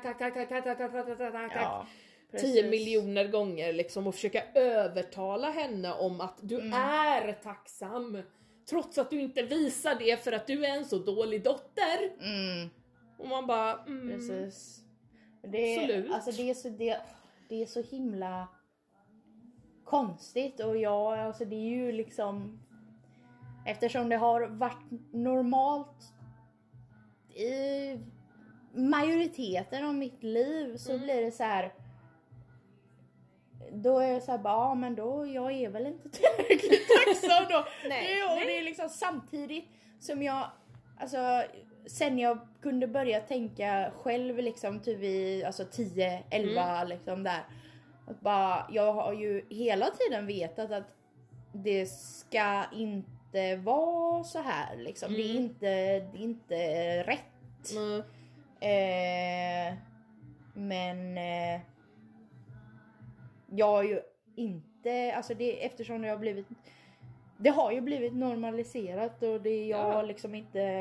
Ja, 10 miljoner gånger liksom och försöka övertala henne om att du är tacksam. Trots att du inte visar det för att du är en så dålig dotter. Och man bara, precis. Det, alltså det är så himla konstigt och alltså det är ju liksom, eftersom det har varit normalt i majoriteten av mitt liv så blir det så här. Då är det så här, men då jag är väl inte tillräckligt tacksam då. Nej. Och det är liksom samtidigt som jag, alltså sen jag kunde börja tänka själv liksom typ i alltså 10-11 liksom där. Att bara, jag har ju hela tiden vetat att det ska inte vara så här liksom. Det är inte rätt. Men jag har ju inte, alltså det, eftersom det har ju blivit normaliserat och det jag har liksom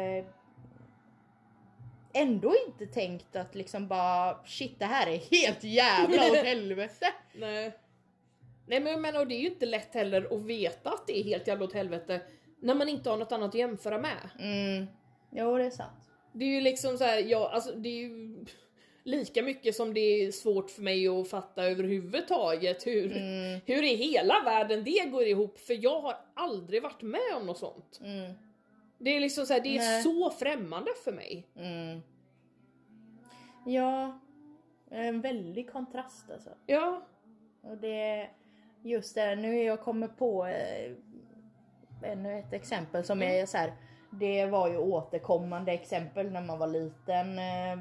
ändå inte tänkt att liksom bara shit, det här är helt jävla åt helvete. Nej men jag menar, och det är ju inte lätt heller att veta att det är helt jävla åt helvete när man inte har något annat att jämföra med. Jo, det är sant. Det är ju liksom så här, alltså det är ju lika mycket som det är svårt för mig att fatta överhuvudtaget hur i hela världen det går ihop, för jag har aldrig varit med om något sånt. Det är liksom så här, det är så främmande för mig. Ja, en väldig kontrast alltså. Ja. Och det, just det, nu jag kommer på ännu ett exempel som är så här, det var ju återkommande exempel när man var liten,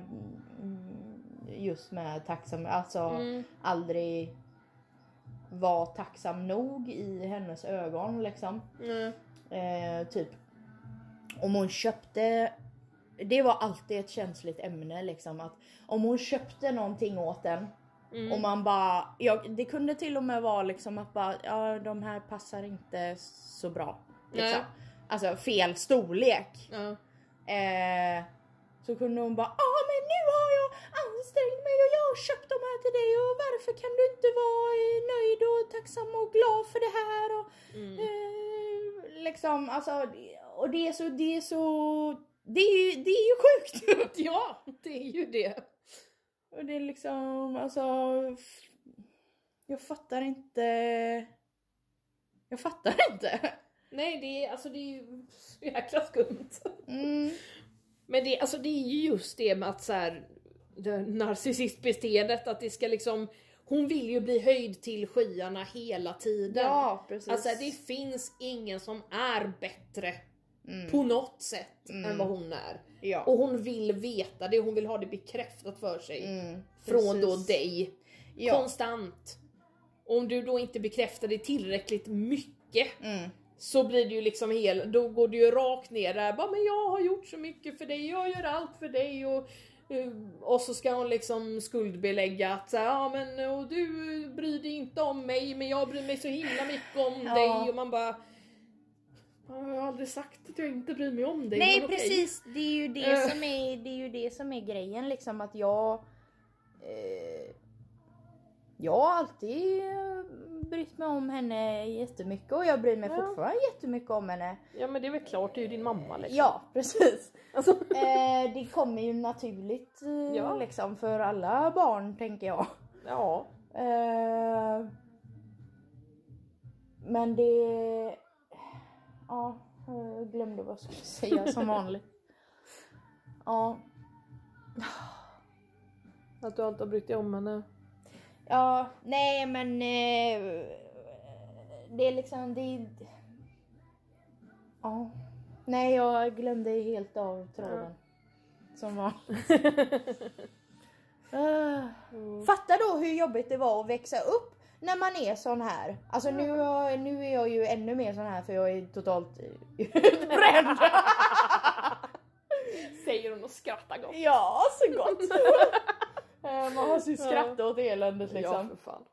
just med tacksam, alltså aldrig var tacksam nog i hennes ögon liksom. Typ om hon köpte, det var alltid ett känsligt ämne liksom, att om hon köpte någonting åt en och man bara, det kunde till och med vara liksom att bara, de här passar inte så bra liksom. Alltså fel storlek. Så kunde hon bara, men nu har jag ansträngt mig och jag har köpt de här till dig och varför kan du inte vara nöjd och tacksam och glad för det här och liksom, alltså, och det är ju sjukt. Ja, det är ju det. Och det är liksom, alltså, jag fattar inte. Nej, det är ju så jäkla skumt. Men det är ju just det med att så här, det narcissistbeteendet, att det ska liksom, hon vill ju bli höjd till skyarna hela tiden. Ja, precis. Alltså det finns ingen som är bättre på något sätt än vad hon är. Ja. Och hon vill veta det, hon vill ha det bekräftat för sig. Från då dig. Ja. Konstant. Om du då inte bekräftar det tillräckligt mycket så blir det ju liksom då går det ju rakt ner där. Bara, men jag har gjort så mycket för dig, jag gör allt för dig och så ska hon liksom skuldbelägga att men och du bryr dig inte om mig, men jag bryr mig så himla mycket om dig, och man bara, jag har aldrig sagt att jag inte bryr mig om dig. Nej, precis. Det är ju det som är grejen liksom, att jag Jag har alltid brytt mig om henne jättemycket och jag bryr mig fortfarande jättemycket om henne. Ja, men det är väl klart, det är ju din mamma liksom. Ja, precis. Alltså. Det kommer ju naturligt liksom för alla barn, tänker jag. Ja. Men det... Ja, jag glömde vad jag skulle säga som vanligt. Ja. Att du alltid har brytt dig om henne. Ja, nej men... det är liksom... Ja. Nej, jag glömde helt av tråden. Som var. Fatta då hur jobbigt det var att växa upp när man är sån här. Alltså nu är jag ju ännu mer sån här för jag är totalt utbränd. Säger hon och skrattar gott. Ja, så gott. Man har ju skrattat åt eländet liksom. Ja, för fan.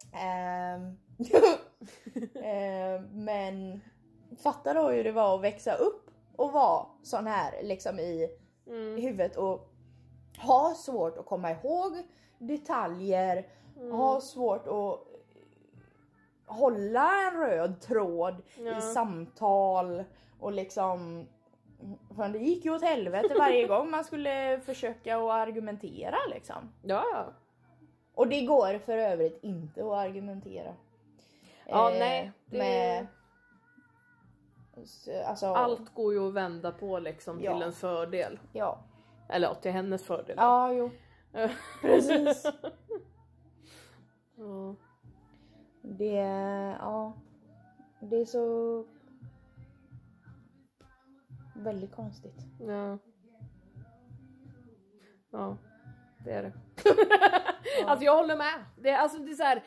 Men fatta då hur det var att växa upp och vara sån här liksom i huvudet och ha svårt att komma ihåg detaljer, ha svårt att hålla en röd tråd i samtal och liksom, för det gick ju åt helvete varje gång man skulle försöka att argumentera liksom. Ja. Och det går för övrigt inte att argumentera. Ja, nej. Alltså, allt går ju att vända på liksom till en fördel. Ja. Eller till hennes fördel. Ja, jo. Precis. Det är så väldigt konstigt. Ja. Ja, det är det. Alltså jag håller med. Det är så här,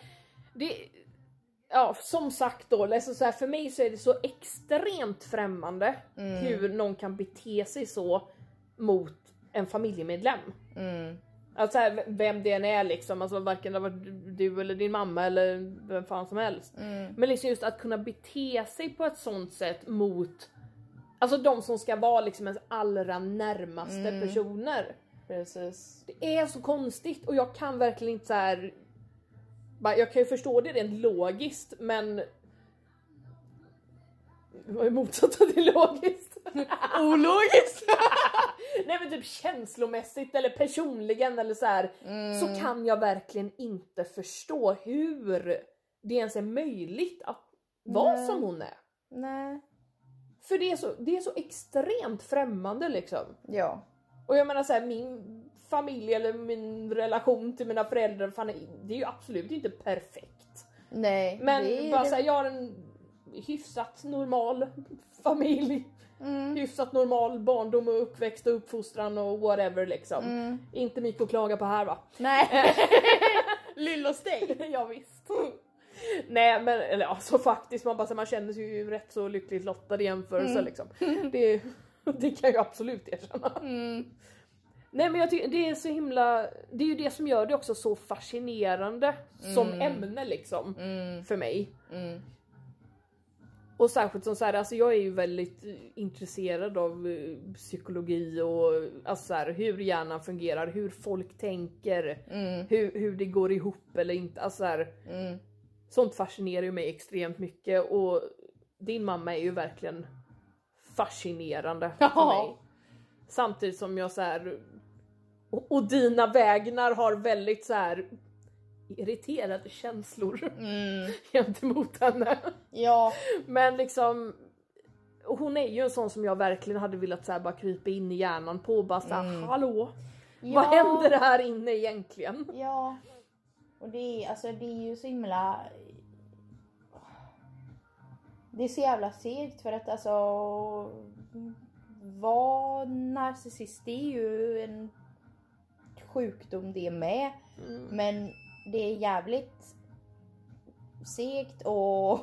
som sagt då, alltså så här, för mig så är det så extremt främmande hur någon kan bete sig så mot en familjemedlem. Alltså här, vem det än är liksom, alltså varken det var du eller din mamma eller vem fan som helst. Men liksom just att kunna bete sig på ett sånt sätt mot, alltså de som ska vara liksom ens allra närmaste personer. Precis. Det är så konstigt och jag kan verkligen inte så här. Jag kan ju förstå det rent logiskt, men vad är motsatsen till logiskt? Ologiskt. Nej, men typ känslomässigt eller personligen eller så här, så kan jag verkligen inte förstå hur det ens är möjligt att vara som hon är. Nej. För det är så extremt främmande liksom. Ja. Och jag menar så här, min familj eller min relation till mina föräldrar, fan, det är ju absolut inte perfekt. Nej. Men bara så här, jag har en hyfsat normal familj. Hyfsat normal barndom och uppväxt och uppfostran och whatever liksom. Inte mycket att klaga på här, va? Nej. Lilla steg. Ja, visst. Nej, men eller alltså faktiskt man känner sig ju rätt så lyckligt lottad i jämförelse liksom. Det kan jag absolut erkänna. Nej, men jag tycker det är så himla, det är ju det som gör det också så fascinerande som ämne liksom för mig. Och särskilt som så här, alltså jag är ju väldigt intresserad av psykologi och alltså så här, hur hjärnan fungerar, hur folk tänker, hur det går ihop eller inte, alltså så här, sånt fascinerar ju mig extremt mycket och din mamma är ju verkligen fascinerande för mig. Samtidigt som jag så här, och dina vägnar har väldigt så här irriterade känslor gentemot henne. Ja. Men liksom, hon är ju en sån som jag verkligen hade velat så här bara krypa in i hjärnan på och bara så här, hallå, vad händer här inne egentligen? Ja. Och det är ju så himla, det är så jävla segt för att alltså vara narcissist, det är ju en sjukdom det med. Men det är jävligt segt och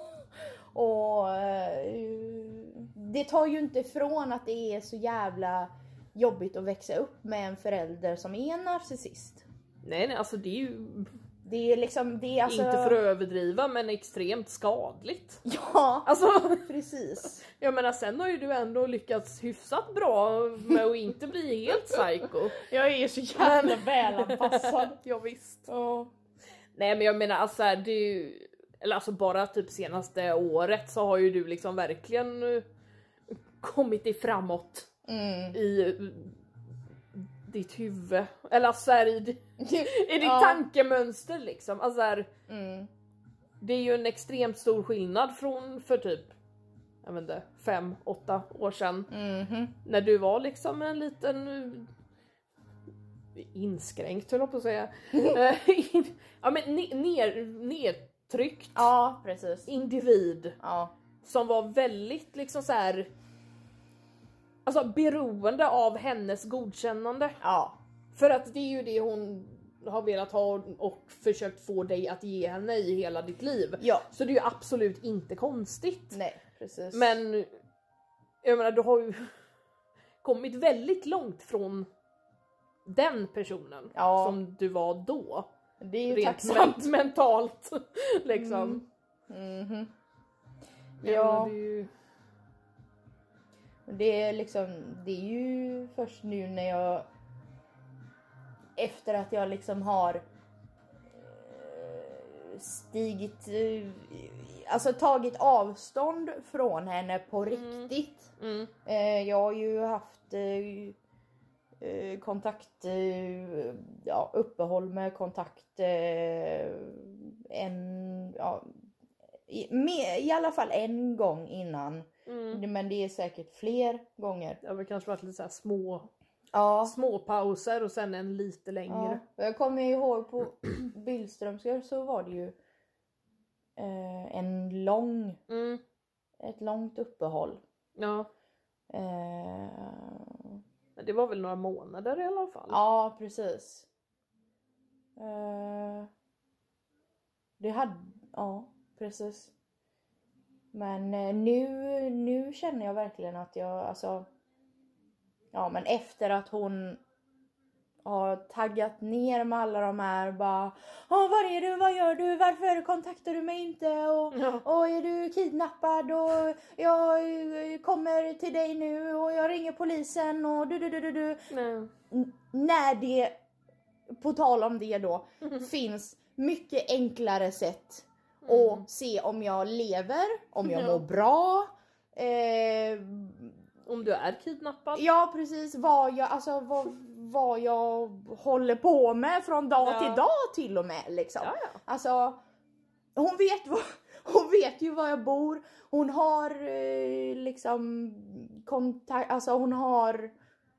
det tar ju inte ifrån att det är så jävla jobbigt att växa upp med en förälder som är en narcissist. Nej, alltså det är ju, det är liksom, det är alltså, inte för att överdriva, men extremt skadligt. Ja, alltså precis. Jag menar, sen har ju du ändå lyckats hyfsat bra med att inte bli helt psycho. Jag är så jävla välanpassad. Ja, visst. Ja. Nej men jag menar alltså här, eller alltså bara typ senaste året så har ju du liksom verkligen kommit i framåt i ditt huvud. Eller alltså här, i ditt tankemönster liksom. Alltså här, det är ju en extremt stor skillnad från för typ, jag vet inte, 5-8 år sedan. När du var liksom en liten inskränkt, höll jag på att säga. Ja men nedtryckt. Ja, precis. Individ. Ja. Som var väldigt liksom så här, alltså beroende av hennes godkännande. Ja. För att det är ju det hon har velat ha och försökt få dig att ge henne i hela ditt liv. Ja. Så det är ju absolut inte konstigt. Nej, precis. Men jag menar, du har ju kommit väldigt långt från den personen som du var då. Det är ju rent tacksamt. Mentalt liksom. Ja. Det är ju... Det är ju först nu när jag, efter att jag liksom har alltså tagit avstånd från henne på riktigt. Jag har ju haft kontakt, uppehåll med kontakt i alla fall en gång innan. Men det är säkert fler gånger. Det har väl kanske varit lite så här små pauser och sen en lite längre. Ja. Jag kommer ihåg på Billströmskor så var det ju ett långt uppehåll. Ja. Men det var väl några månader i alla fall. Ja, precis. Precis. Men nu känner jag verkligen att jag, men efter att hon har taggat ner med alla de här bara, var är du, vad gör du, varför kontaktar du mig inte och är du kidnappad och jag kommer till dig nu och jag ringer polisen och du. När det, på tal om det då, finns mycket enklare sätt att se om jag lever, om jag mår bra, om du är kidnappad. Ja, precis. Vad jag håller på med från dag till dag till och med liksom. Ja. Alltså hon vet ju var jag bor. Hon har liksom kontakt, alltså hon har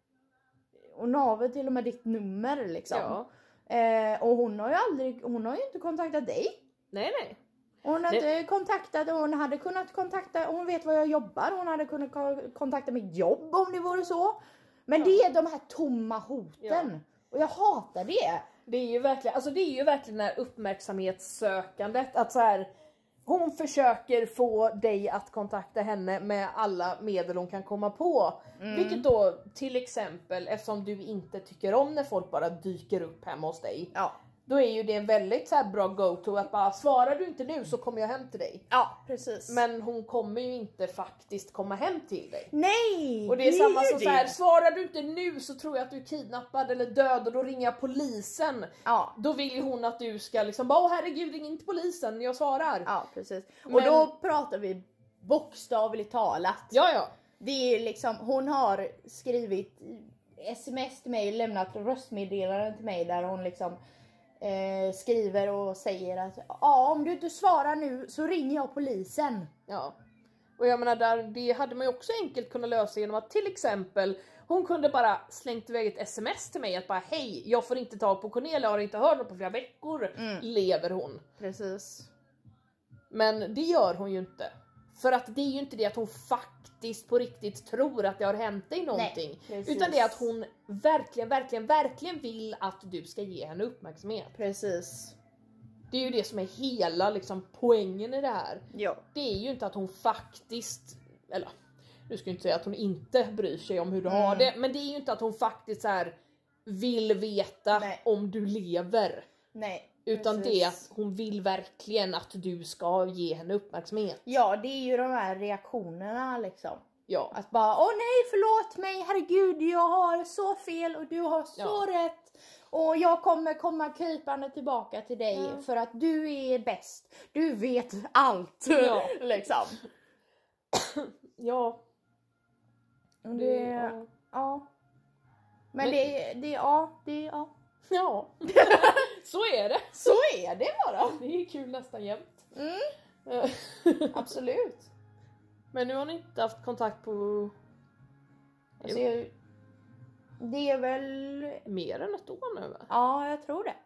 väl till och med ditt nummer liksom. Ja. Och hon har ju inte kontaktat dig. Nej. Hon har inte kontaktat, hon hade kunnat kontakta, hon vet var jag jobbar, hon hade kunnat kontakta mitt jobb om det vore så. Men det är de här tomma hoten. Och jag hatar det. Det är ju verkligen det här uppmärksamhetssökandet, att så här, hon försöker få dig att kontakta henne med alla medel hon kan komma på. Vilket då till exempel, eftersom du inte tycker om när folk bara dyker upp hemma hos dig. Ja. Då är ju det en väldigt så här bra go-to att bara, svarar du inte nu så kommer jag hem till dig. Ja, precis. Men hon kommer ju inte faktiskt komma hem till dig. Nej! Och det är samma som så här, svarar du inte nu så tror jag att du är kidnappad eller död och då ringer jag polisen. Ja. Då vill ju hon att du ska liksom bara, herregud, ring inte polisen, jag svarar. Ja, precis. Och då pratar vi bokstavligt talat. Ja. Det är liksom, hon har skrivit sms till mig, lämnat röstmeddelanden till mig där hon liksom skriver och säger att om du inte svarar nu så ringer jag polisen. Ja. Och jag menar, det hade man ju också enkelt kunnat lösa genom att till exempel hon kunde bara slängt iväg ett sms till mig att bara, hej, jag får inte tag på Cornelia, jag har inte hört något på flera veckor. Lever hon? Precis. Men det gör hon ju inte. För att det är ju inte det att hon faktiskt på riktigt tror att det har hänt dig någonting. Nej, utan det är att hon verkligen vill att du ska ge henne uppmärksamhet. Precis. Det är ju det som är hela liksom poängen i det här. Ja. Det är ju inte att hon faktiskt, eller nu ska jag inte säga att hon inte bryr sig om hur du har det. Men det är ju inte att hon faktiskt så här vill veta om du lever. Nej. Utan precis. Det är att hon vill verkligen att du ska ge henne uppmärksamhet. Ja, det är ju de här reaktionerna liksom. Ja. Att bara, nej förlåt mig, herregud, jag har så fel och du har så rätt. Och jag kommer komma krypande tillbaka till dig för att du är bäst. Du vet allt. Ja. liksom. Ja. Ja. Men ja. Ja. Så är det. Så är det bara. Det är kul nästan jämt. Absolut. Men nu har ni inte haft kontakt på... Alltså, det är väl... Mer än ett år nu, va? Ja, jag tror det.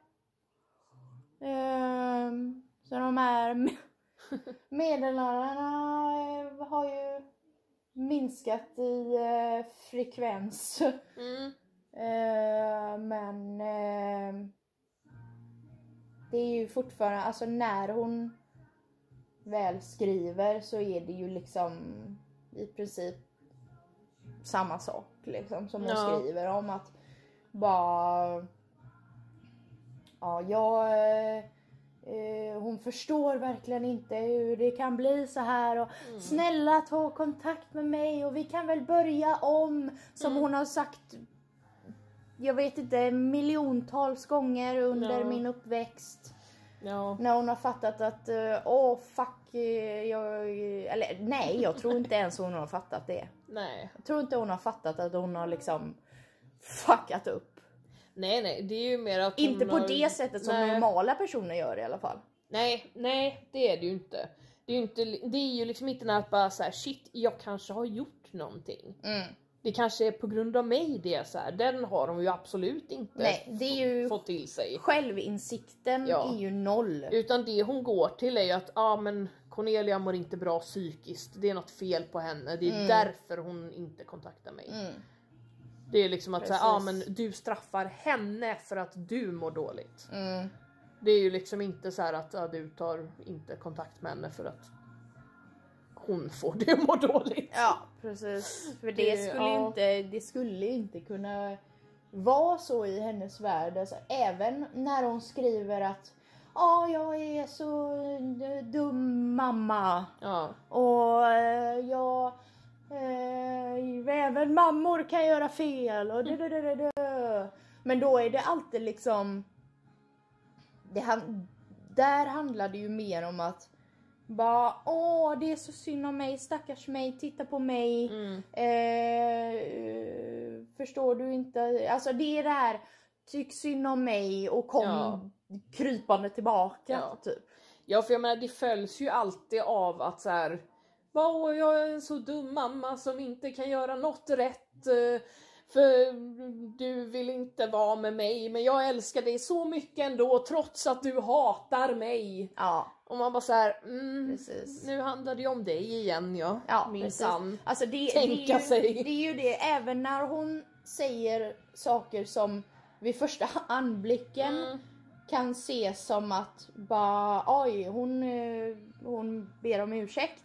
Så de här meddelandena har ju minskat i frekvens. Men det är ju fortfarande, alltså när hon väl skriver så är det ju liksom i princip samma sak liksom som hon skriver om att bara hon förstår verkligen inte hur det kan bli så här och snälla ta kontakt med mig och vi kan väl börja om som hon har sagt, jag vet inte, miljontals gånger under min uppväxt. När hon har fattat att jag tror inte ens hon har fattat det. Nej. Jag tror inte hon har fattat att hon har liksom fuckat upp. Nej, det är ju mer att inte hon på har... det sättet som normala personer gör i alla fall. Nej, det är det ju inte. Det är ju liksom inte när att bara så här, shit, jag kanske har gjort någonting. Det kanske är på grund av mig det så här. Den har de ju absolut inte det är ju fått till sig. Självinsikten är ju noll. Utan det hon går till är ju att men Cornelia mår inte bra psykiskt. Det är något fel på henne. Det är därför hon inte kontaktar mig. Det är liksom att säga, men du straffar henne för att du mår dåligt. Det är ju liksom inte så här att du tar inte kontakt med henne för att hon får det må dåligt. Ja, precis. För det skulle inte kunna vara så i hennes värld. Alltså, även när hon skriver att jag är så dum mamma. Ja. Och även mammor kan göra fel. Och Men då är det alltid liksom... Där handlar det ju mer om att bara, det är så synd om mig, stackars mig, titta på mig. Förstår du inte? Alltså det är det här, tyck synd om mig och kom krypande tillbaka typ. Ja, för jag menar, det följs ju alltid av att så här, jag är en så dum mamma som inte kan göra något rätt. För du vill inte vara med mig, men jag älskar dig så mycket ändå trots att du hatar mig. Ja. Och man bara så här, nu handlar det ju om dig igen, minsann. Alltså det är ju det, även när hon säger saker som vid första anblicken kan ses som att hon ber om ursäkt.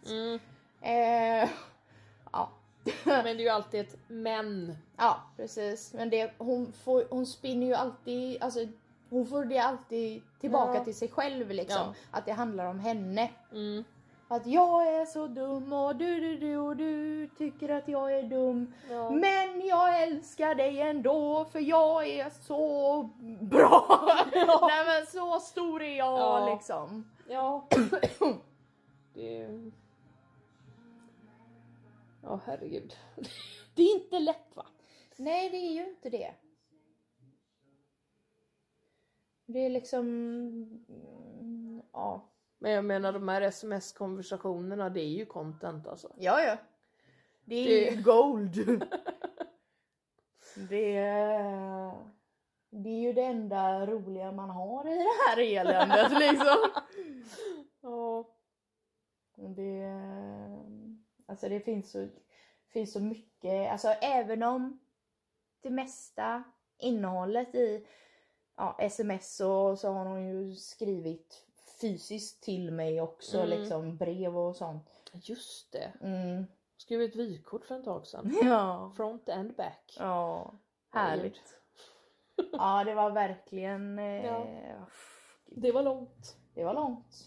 Men det är ju alltid ett men. Ja, precis. Men hon spinner ju alltid, alltså hon får det alltid tillbaka till sig själv liksom. Att det handlar om henne. Att jag är så dum och du tycker att jag är dum. Men jag älskar dig ändå för jag är så bra. Nej men så stor är jag liksom. Ja. Herregud. Det är inte lätt, va? Nej, det är ju inte det. Det är liksom... Men jag menar, de här sms-konversationerna, det är ju content alltså. Ja. Det är ju gold. Det är ju det enda roliga man har i det här eländet liksom. Alltså det finns så mycket, alltså även om det mesta innehållet i sms så har hon ju skrivit fysiskt till mig också, liksom brev och sånt. Just det. Skrev ett vykort för en tag sedan. Ja. Front and back. Ja, härligt. Ja, det var verkligen... Det var långt. Det var långt.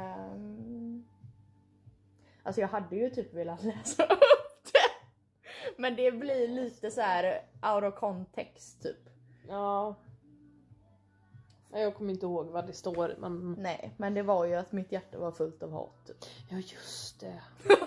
Alltså jag hade ju typ velat läsa upp det. Men det blir lite så här out of context typ. Ja. Jag kommer inte ihåg vad det står, men... Nej, men det var ju att mitt hjärta var fullt av hat typ. Ja, just det.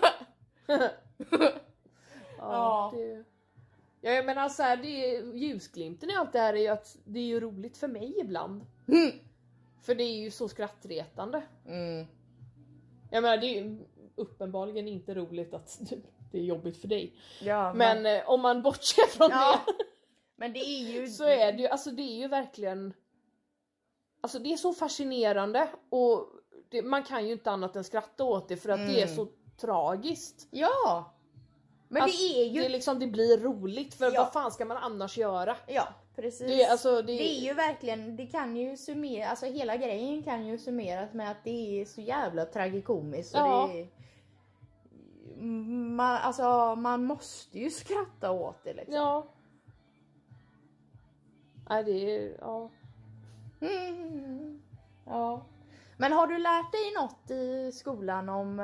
Ja. Det... Jag menar så här, det är, ljusglimten i allt det här är ju att det är ju roligt för mig ibland. För det är ju så skrattretande. Jag menar, det är ju uppenbarligen inte roligt att det är jobbigt för dig. Ja, men om man bortser från det. Men det är ju... Så är det ju, alltså det är ju verkligen... Alltså det är så fascinerande och man kan ju inte annat än skratta åt det för att det är så tragiskt. Ja! Men alltså, det är ju... Det, är liksom, det blir roligt för vad fan ska man annars göra? Ja, precis. Det är ju verkligen, det kan ju summera, alltså hela grejen kan ju summeras med att det är så jävla tragikomiskt. Ja. Det man måste ju skratta åt det liksom. Ja. Nej, det är... Ja. Ja. Men har du lärt dig något i skolan om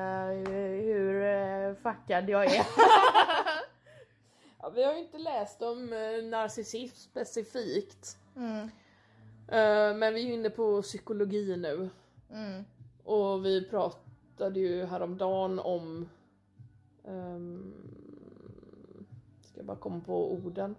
hur fuckad jag är? Ja, vi har ju inte läst om narcissism specifikt. Men vi är ju inne på psykologi nu. Och vi pratade ju häromdagen om... ska jag bara komma på orden.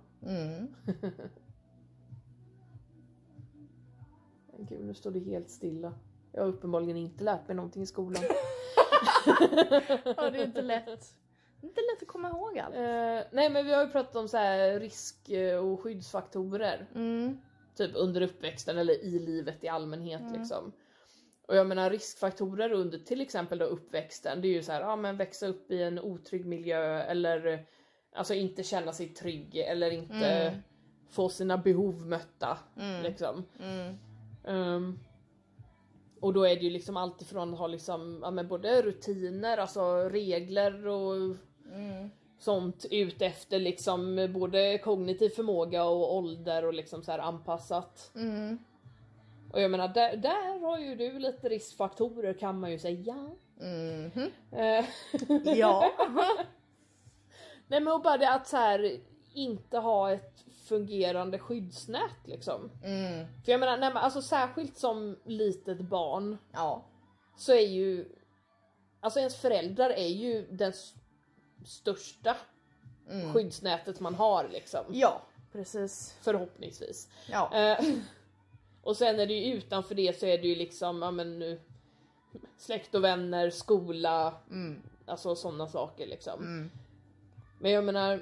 Gud, nu står det helt stilla. Jag har uppenbarligen inte lärt mig någonting i skolan. Ja, det är inte lätt. Inte lätt att komma ihåg allt. Nej, men vi har ju pratat om så här risk- och skyddsfaktorer. Typ under uppväxten eller i livet i allmänhet liksom. Och jag menar riskfaktorer under till exempel då uppväxten. Det är ju så här, men växa upp i en otrygg miljö eller alltså inte känna sig trygg eller inte få sina behov mötta liksom. Och då är det ju liksom allt ifrån att ha liksom, både rutiner, alltså regler och sånt ut efter liksom både kognitiv förmåga och ålder och liksom så här anpassat. Och jag menar, där har ju du lite riskfaktorer kan man ju säga. Ja. Nej, men bara det att så här inte ha ett fungerande skyddsnät liksom. För jag menar, alltså särskilt som litet barn så är ju alltså ens föräldrar är ju den största skyddsnätet man har liksom. Ja, precis. Förhoppningsvis. Ja. Och sen är det ju utanför det så är det ju liksom släkt och vänner, skola, alltså sådana saker liksom. Men jag menar,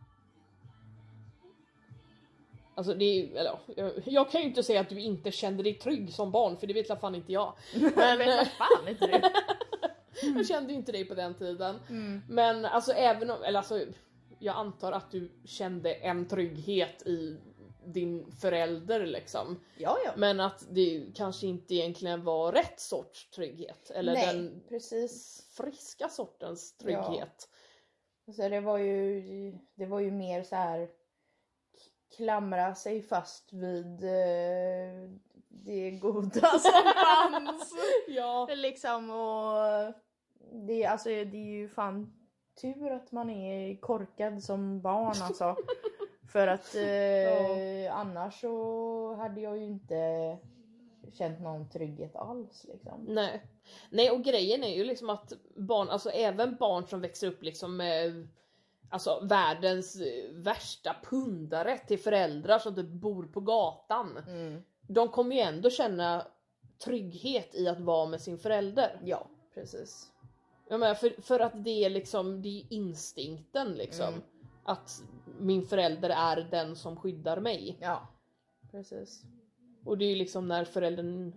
alltså det är ju, eller, jag kan ju inte säga att du inte kände dig trygg som barn, för det vet fan inte jag. Men vet fan inte du. Jag kände ju inte dig på den tiden. Men alltså även om, eller alltså jag antar att du kände en trygghet i din förälder liksom. Ja. Men att det kanske inte egentligen var rätt sorts trygghet. Eller den precis. friska sortens trygghet. Ja. Så det var ju mer så här klamra sig fast vid det goda som fanns. Ja. Liksom, och det är ju fan tur att man är korkad som barn alltså. För att annars så hade jag ju inte känt någon trygghet alls liksom. Nej, och grejen är ju liksom att barn, alltså även barn som växer upp liksom med alltså världens värsta pundare till föräldrar som typ bor på gatan. De kommer ju ändå känna trygghet i att vara med sin förälder. Ja, precis. Jag menar, för att det är liksom, det är instinkten liksom. Att min förälder är den som skyddar mig. Ja, precis. Och det är ju liksom när föräldern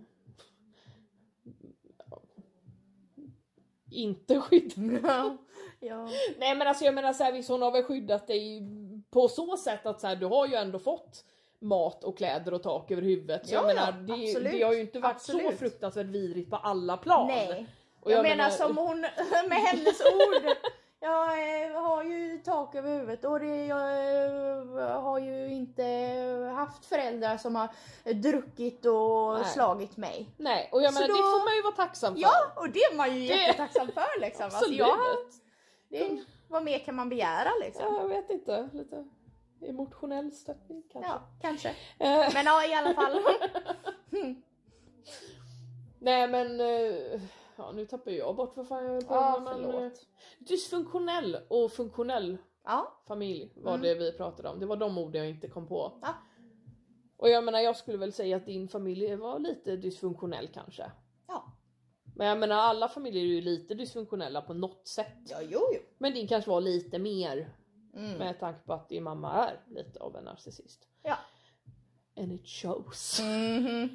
inte skyddar. Ja. Nej, men alltså jag menar så här, visst hon har väl skyddat dig på så sätt att så här, du har ju ändå fått mat och kläder och tak över huvudet. Så jag menar, det har ju inte varit så fruktansvärt vidrigt på alla plan. Nej. Och jag menar som hon, med hennes ord. Jag har ju tak över huvudet och jag har ju inte haft föräldrar som har druckit och slagit mig. Nej, och jag menar det får man ju vara tacksam för. Ja, och det är man ju jättetacksam för liksom. Absolut. Alltså, Vad mer kan man begära liksom? Ja, jag vet inte. Lite emotionell stöttning kanske. Ja, kanske. Men ja, i alla fall. Nej men, ja nu tappar jag bort vad fan jag höll på med. Ja, Men, förlåt. dysfunktionell och funktionell Ja. familj var det vi pratade om. Det var de orden jag inte kom på. Ja. Och jag menar, jag skulle väl säga att din familj var lite dysfunktionell kanske. Ja. Men jag menar, alla familjer är ju lite dysfunktionella på något sätt. Ja, jo. Men din kanske var lite mer. Med tanke på att din mamma är lite av en narcissist. Ja. And it shows. Mhm.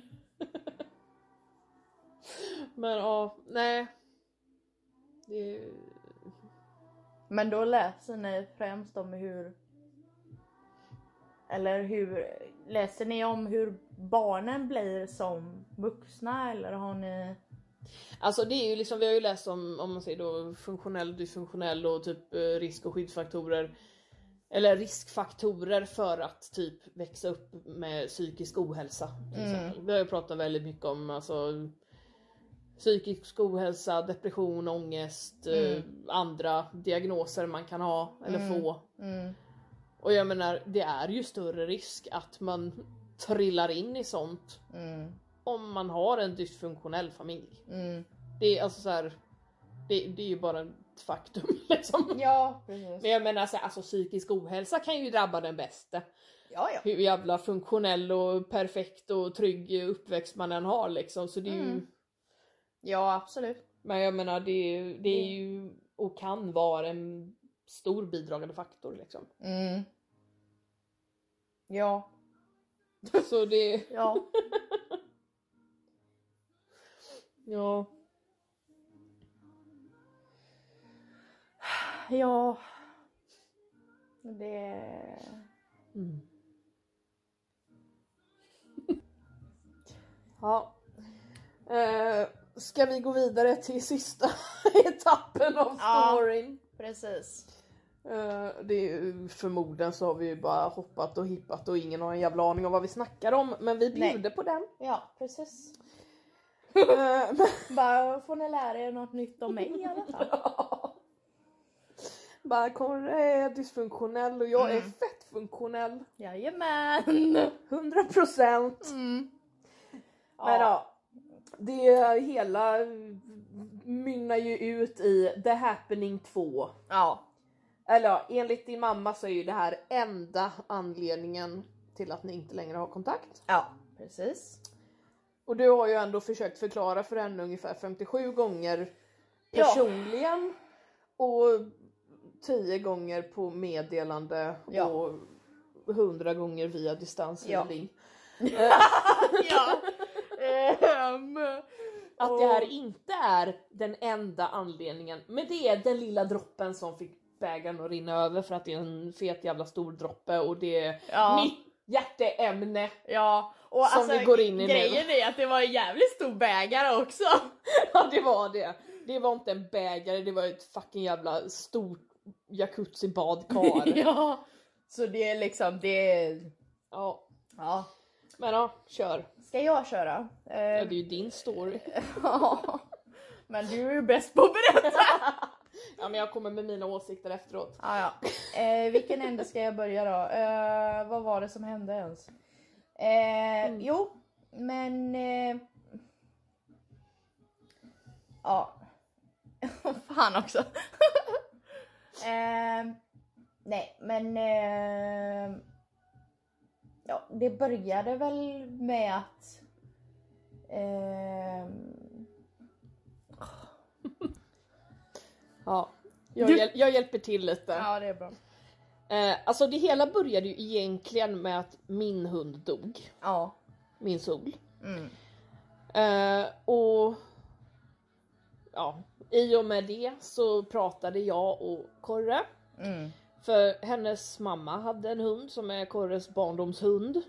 Men ja, nej. Men då läser ni främst om läser ni om hur barnen blir som vuxna, eller har ni... Alltså det är ju liksom, vi har ju läst om man säger då funktionell, dysfunktionell och typ risk- och skyddsfaktorer. Eller riskfaktorer för att typ växa upp med psykisk ohälsa. Till exempel. Vi har ju pratat väldigt mycket om alltså psykisk ohälsa, depression, ångest, andra diagnoser man kan ha eller få. Och jag menar, det är ju större risk att man trillar in i sånt om man har en dysfunktionell familj. Det är alltså så här, det är ju bara ett faktum liksom. Ja, precis. Men jag menar så här, alltså psykisk ohälsa kan ju drabba den bästa. Ja. Hur jävla funktionell och perfekt och trygg uppväxt man än har liksom. Så det är ju... Ja, absolut. Men jag menar, det är ju och kan vara en stor bidragande faktor liksom. Ja. Så det... Ja. Ja. Ja. Det... Ja. Ska vi gå vidare till sista etappen av storyn? Precis. Det är ju, förmodligen så har vi ju bara hoppat och hippat och ingen har en jävla aning om vad vi snackar om. Men vi bjuder på den. Ja, precis. Bara får ni lära er något nytt om mig i alla fall. Ja. Bara Corre är dysfunktionell och jag är fett funktionell. Jajamän. 100%. Men ja, det hela mynnar ju ut i The Happening 2. Ja. Eller ja, enligt din mamma så är ju det här enda anledningen till att ni inte längre har kontakt. Ja, precis. Och du har ju ändå försökt förklara för henne ungefär 57 gånger personligen. Och 10 gånger på meddelande och 100 gånger via distanshealing. Ja. Att det här inte är den enda anledningen. Men det är den lilla droppen som fick bägaren att rinna över för att det är en fet jävla stor droppe och det är mitt hjärteämne. Ja, och som alltså, vi går in i grejen nu. är att det var en jävligt stor bägare också. Ja, det var det. Det var inte en bägare, det var ett fucking jävla stort jacuzzi-badkar. Ja, så det är liksom, det är... Ja. Ja. Men ja, kör. Ska jag köra? Ja, det är ju din story. Ja, men du är ju bäst på att berätta. Ja, men jag kommer med mina åsikter efteråt. Ja. Vilken ände ska jag börja då? Vad var det som hände ens? Jo, men... ja. Fan också. Nej, men... ja, det började väl med att... Ja, jag hjälper till lite. Ja, det är bra. Alltså det hela började ju egentligen med att min hund dog. Ja. Min Sol. Och ja, i och med det så pratade jag och Corre. För hennes mamma hade en hund som är Corres barndomshund.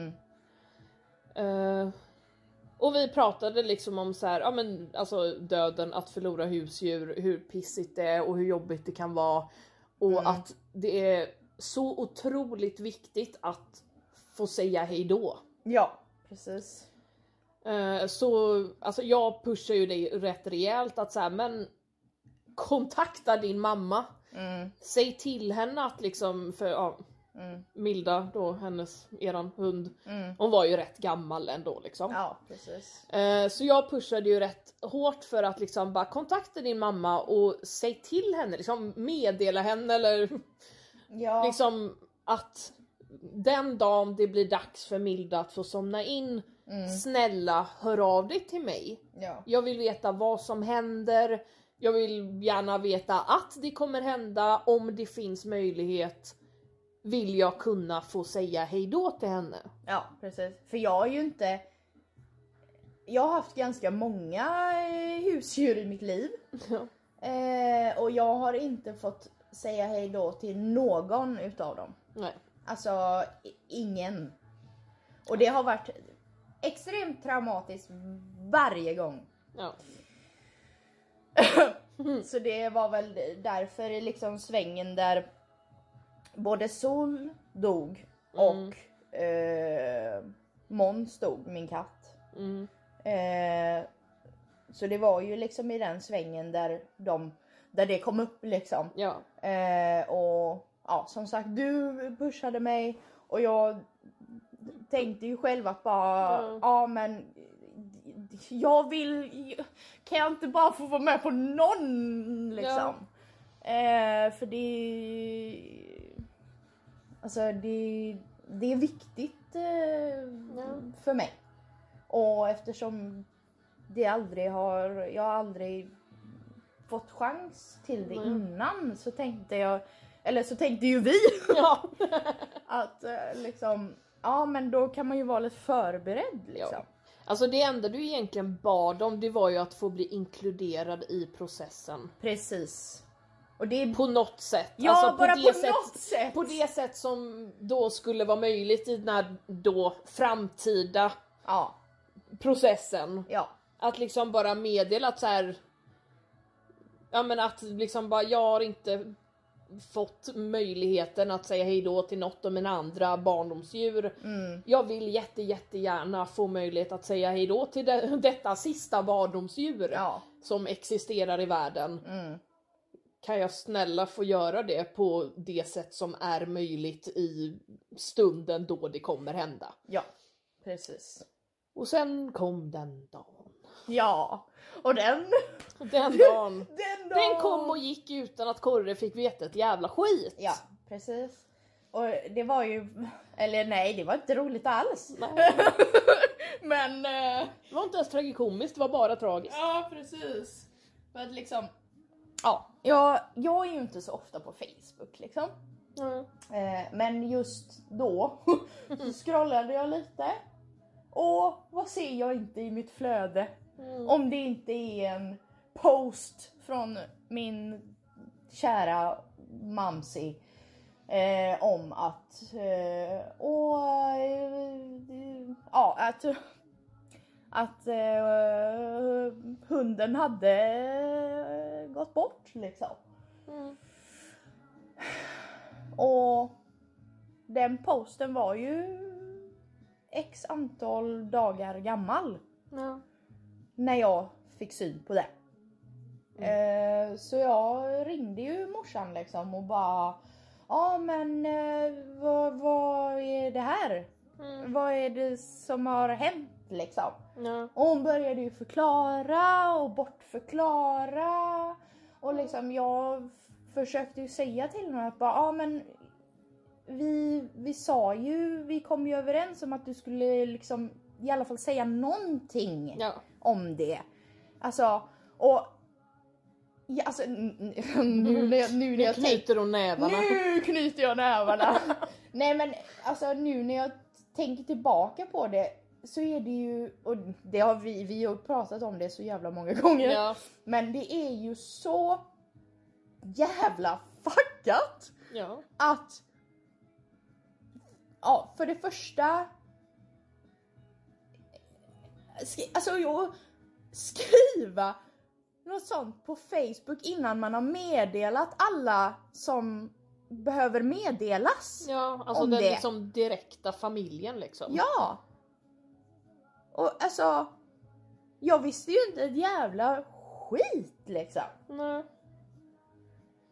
Och vi pratade liksom om så här, ja men alltså döden, att förlora husdjur, hur pissigt det är och hur jobbigt det kan vara. Och att det är så otroligt viktigt att få säga hej då. Ja, precis. Så alltså jag pushar ju dig rätt rejält att så här, men kontakta din mamma. Mm. Säg till henne att liksom, för ja, Milda då, eran hund, hon var ju rätt gammal ändå liksom. Ja, precis. Så jag pushade ju rätt hårt för att liksom bara kontakta din mamma och säg till henne, liksom meddela henne eller liksom att den dagen det blir dags för Milda att få somna in, snälla hör av dig till mig. Ja. Jag vill veta vad som händer. Jag vill gärna veta att det kommer hända. Om det finns möjlighet vill jag kunna få säga hej då till henne. Ja, precis. För jag har ju inte... Jag har haft ganska många husdjur i mitt liv. Ja. Och jag har inte fått säga hej då till någon utav dem. Nej. Alltså, ingen. Och det har varit extremt traumatiskt varje gång. Ja. Så det var väl därför liksom svängen där både Sol dog och Måns dog, min katt. Så det var ju liksom i den svängen där det kom upp liksom. Ja. Och ja, som sagt, du pushade mig och jag tänkte ju själv att bara, men jag vill, kan jag inte bara få vara med på någon liksom? För alltså det är viktigt för mig. Och eftersom jag har aldrig fått chans till det innan, så tänkte jag, eller så tänkte ju vi att liksom, ja men då kan man ju vara lite förberedd liksom. Ja. Alltså det enda du egentligen bad om, det var ju att få bli inkluderad i processen. Precis. Och det är på något sätt. Ja, alltså bara på något sätt. På det sätt som då skulle vara möjligt i den här då framtida processen. Ja. Att liksom bara meddela att så här, ja men att liksom bara, jag har inte fått möjligheten att säga hej då till något av mina andra barndomsdjur. Jag vill jättegärna få möjlighet att säga hej då till detta sista barndomsdjur som existerar i världen. Kan jag snälla få göra det på det sätt som är möjligt i stunden då det kommer hända. Ja, precis. Och sen kom den dagen. Ja, och den dagen. Den kom och gick utan att Korre fick veta ett jävla skit. Ja, precis. Och det var ju, eller nej, det var inte roligt alls. Men det var inte ens tragikomiskt, det var bara tragiskt. Ja, precis. För att liksom, jag är ju inte så ofta på Facebook liksom. Men just då så scrollade jag lite. Och vad ser jag inte i mitt flöde? Om det inte är en post från min kära Mamsi om att hunden hade gått bort liksom. Och den posten var ju x antal dagar gammal när jag fick syn på det. Så jag ringde ju morsan liksom och bara, men vad är det här? Vad är det som har hänt liksom? Och hon började ju förklara och bortförklara. Och liksom jag försökte ju säga till henne att bara, men vi sa ju, vi kom ju överens om att du skulle liksom i alla fall säga någonting om det. Alltså, och alltså nu när jag knyter hon nävarna. Nu knyter jag nävarna. Nej men alltså nu när jag tänker tillbaka på det så är det ju, och det har vi har pratat om det så jävla många gånger. Men det är ju så jävla fuckat att för det första skriva något sånt på Facebook innan man har meddelat alla som behöver meddelas. Ja, alltså om den det. Liksom direkta familjen liksom. Ja. Och alltså jag visste ju inte ett jävla skit liksom. Nej.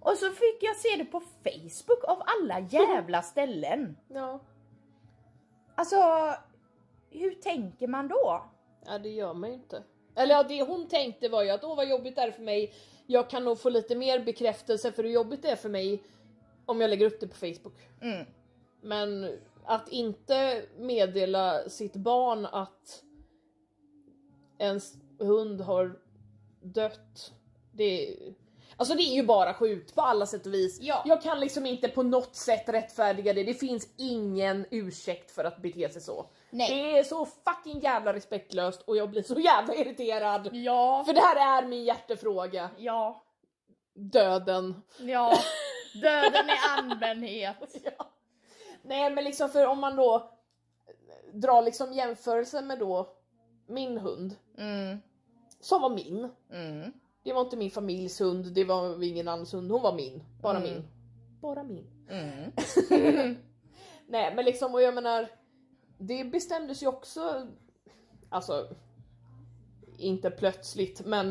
Och så fick jag se det på Facebook av alla jävla ställen. Ja. Alltså, hur tänker man då? Ja, det gör man ju inte. Eller ja, det hon tänkte var ju att vad jobbigt det är för mig. Jag kan nog få lite mer bekräftelse för hur jobbigt det är för mig om jag lägger upp det på Facebook. Mm. Men att inte meddela sitt barn att ens hund har dött, alltså det är ju bara sjukt på alla sätt och vis. Ja. Jag kan liksom inte på något sätt rättfärdiga det. Det finns ingen ursäkt för att bete sig så. Nej. Det är så fucking jävla respektlöst och jag blir så jävla irriterad. Ja. För det här är min hjärtefråga. Ja. Döden. Ja. Döden är användhet. Ja. Nej, men liksom för om man då drar liksom jämförelsen med då min hund. Mm. Som var min. Mm. Det var inte min familjs hund, det var ingen annans hund, hon var min. Bara Mm. min. Bara min. Mm. Nej, men liksom, och jag menar, det bestämdes ju också, alltså, inte plötsligt, men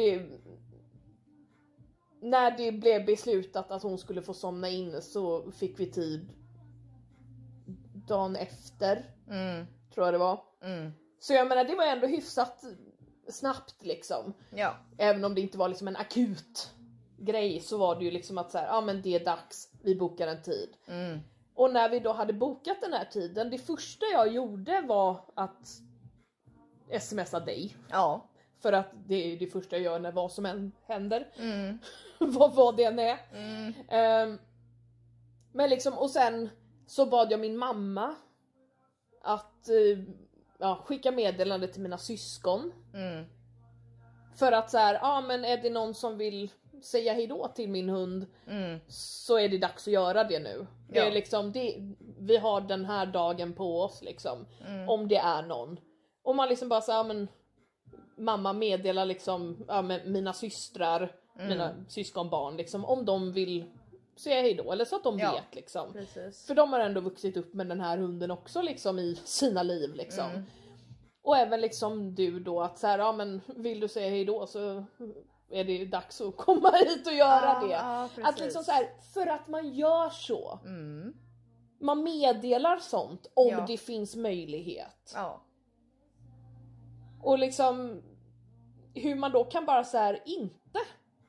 när det blev beslutat att hon skulle få somna in så fick vi tid dagen efter, tror jag det var. Mm. Så jag menar, det var ändå hyfsat snabbt liksom. Ja. Även om det inte var liksom en akut grej så var det ju liksom att så här, ja men det är dags, vi bokar en tid. Mm. Och när vi då hade bokat den här tiden, det första jag gjorde var att smsa dig. Ja. För att det är det första jag gör när vad som än händer. Mm. vad det än är. Mm. Men liksom, och sen så bad jag min mamma att skicka meddelande till mina syskon. Mm. För att så här, men är det någon som vill säga hejdå till min hund så är det dags att göra det nu. Det är liksom, vi har den här dagen på oss liksom. Om det är någon. Och man liksom bara så här, men mamma meddelar liksom med mina systrar, mina syskonbarn liksom, om de vill säga hejdå eller så att de vet liksom. Precis. För de har ändå vuxit upp med den här hunden också liksom i sina liv liksom. Och även liksom du då att så här, men vill du säga hejdå så är det dags att komma hit och göra det. Att liksom så här, för att man gör så. Man meddelar sånt om det finns möjlighet. Ja. Och liksom hur man då kan bara så här inte.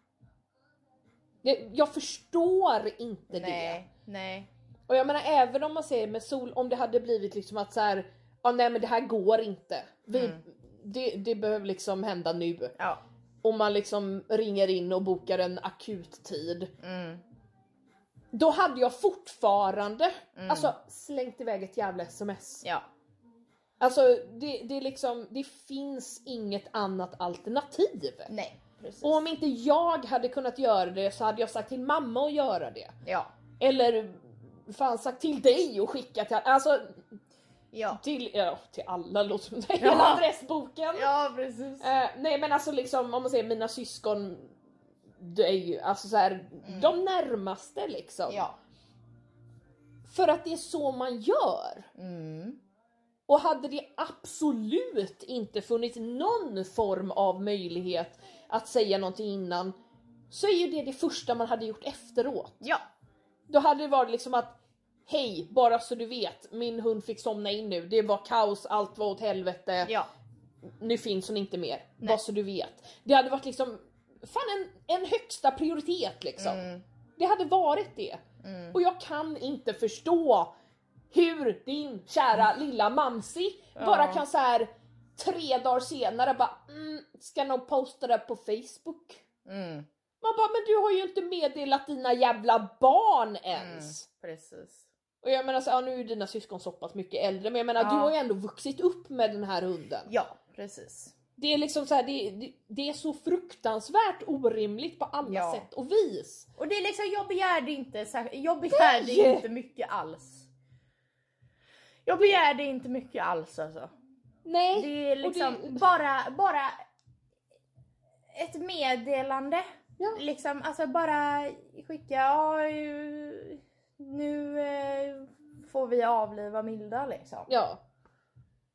Jag förstår inte det. Nej. Och jag menar även om man säger med Sol, om det hade blivit liksom att så här, nej men det här går inte. Det behöver liksom hända nu. Ja. Och man liksom ringer in och bokar en akut tid. Då hade jag fortfarande alltså slängt iväg ett jävla sms. Ja. Alltså det är liksom, det finns inget annat alternativ. Nej, precis. Och om inte jag hade kunnat göra det så hade jag sagt till mamma att göra det. Ja. Eller fan sagt till dig och skicka till, alltså till alla, låter som hela adressboken. Ja, precis. Nej men alltså liksom om man säger mina syskon, det är ju alltså så här, de närmaste liksom. Ja. För att det är så man gör. Och hade det absolut inte funnits någon form av möjlighet att säga någonting innan, så är ju det första man hade gjort efteråt. Ja. Då hade det varit liksom att hej, bara så du vet, min hund fick somna in nu. Det var kaos, allt var åt helvete. Ja. Nu finns hon inte mer. Bara så du vet. Det hade varit liksom fan en högsta prioritet liksom. Det hade varit det. Och jag kan inte förstå hur din kära lilla Mamsi bara kan så här 3 dagar senare bara ska nog posta det på Facebook. Man bara, men du har ju inte meddelat dina jävla barn ens. Precis. Och jag menar så nu är dina syskon så pass mycket äldre, men jag menar du har ju ändå vuxit upp med den här hunden. Ja, precis. Det är liksom så här, det är så fruktansvärt orimligt på alla sätt och vis. Och det är liksom, jag begärde inte mycket alls. Jag begärde inte mycket alls alltså. Nej. Det är liksom bara ett meddelande. Ja. Liksom, alltså bara skicka, nu får vi avliva Milda liksom. Ja.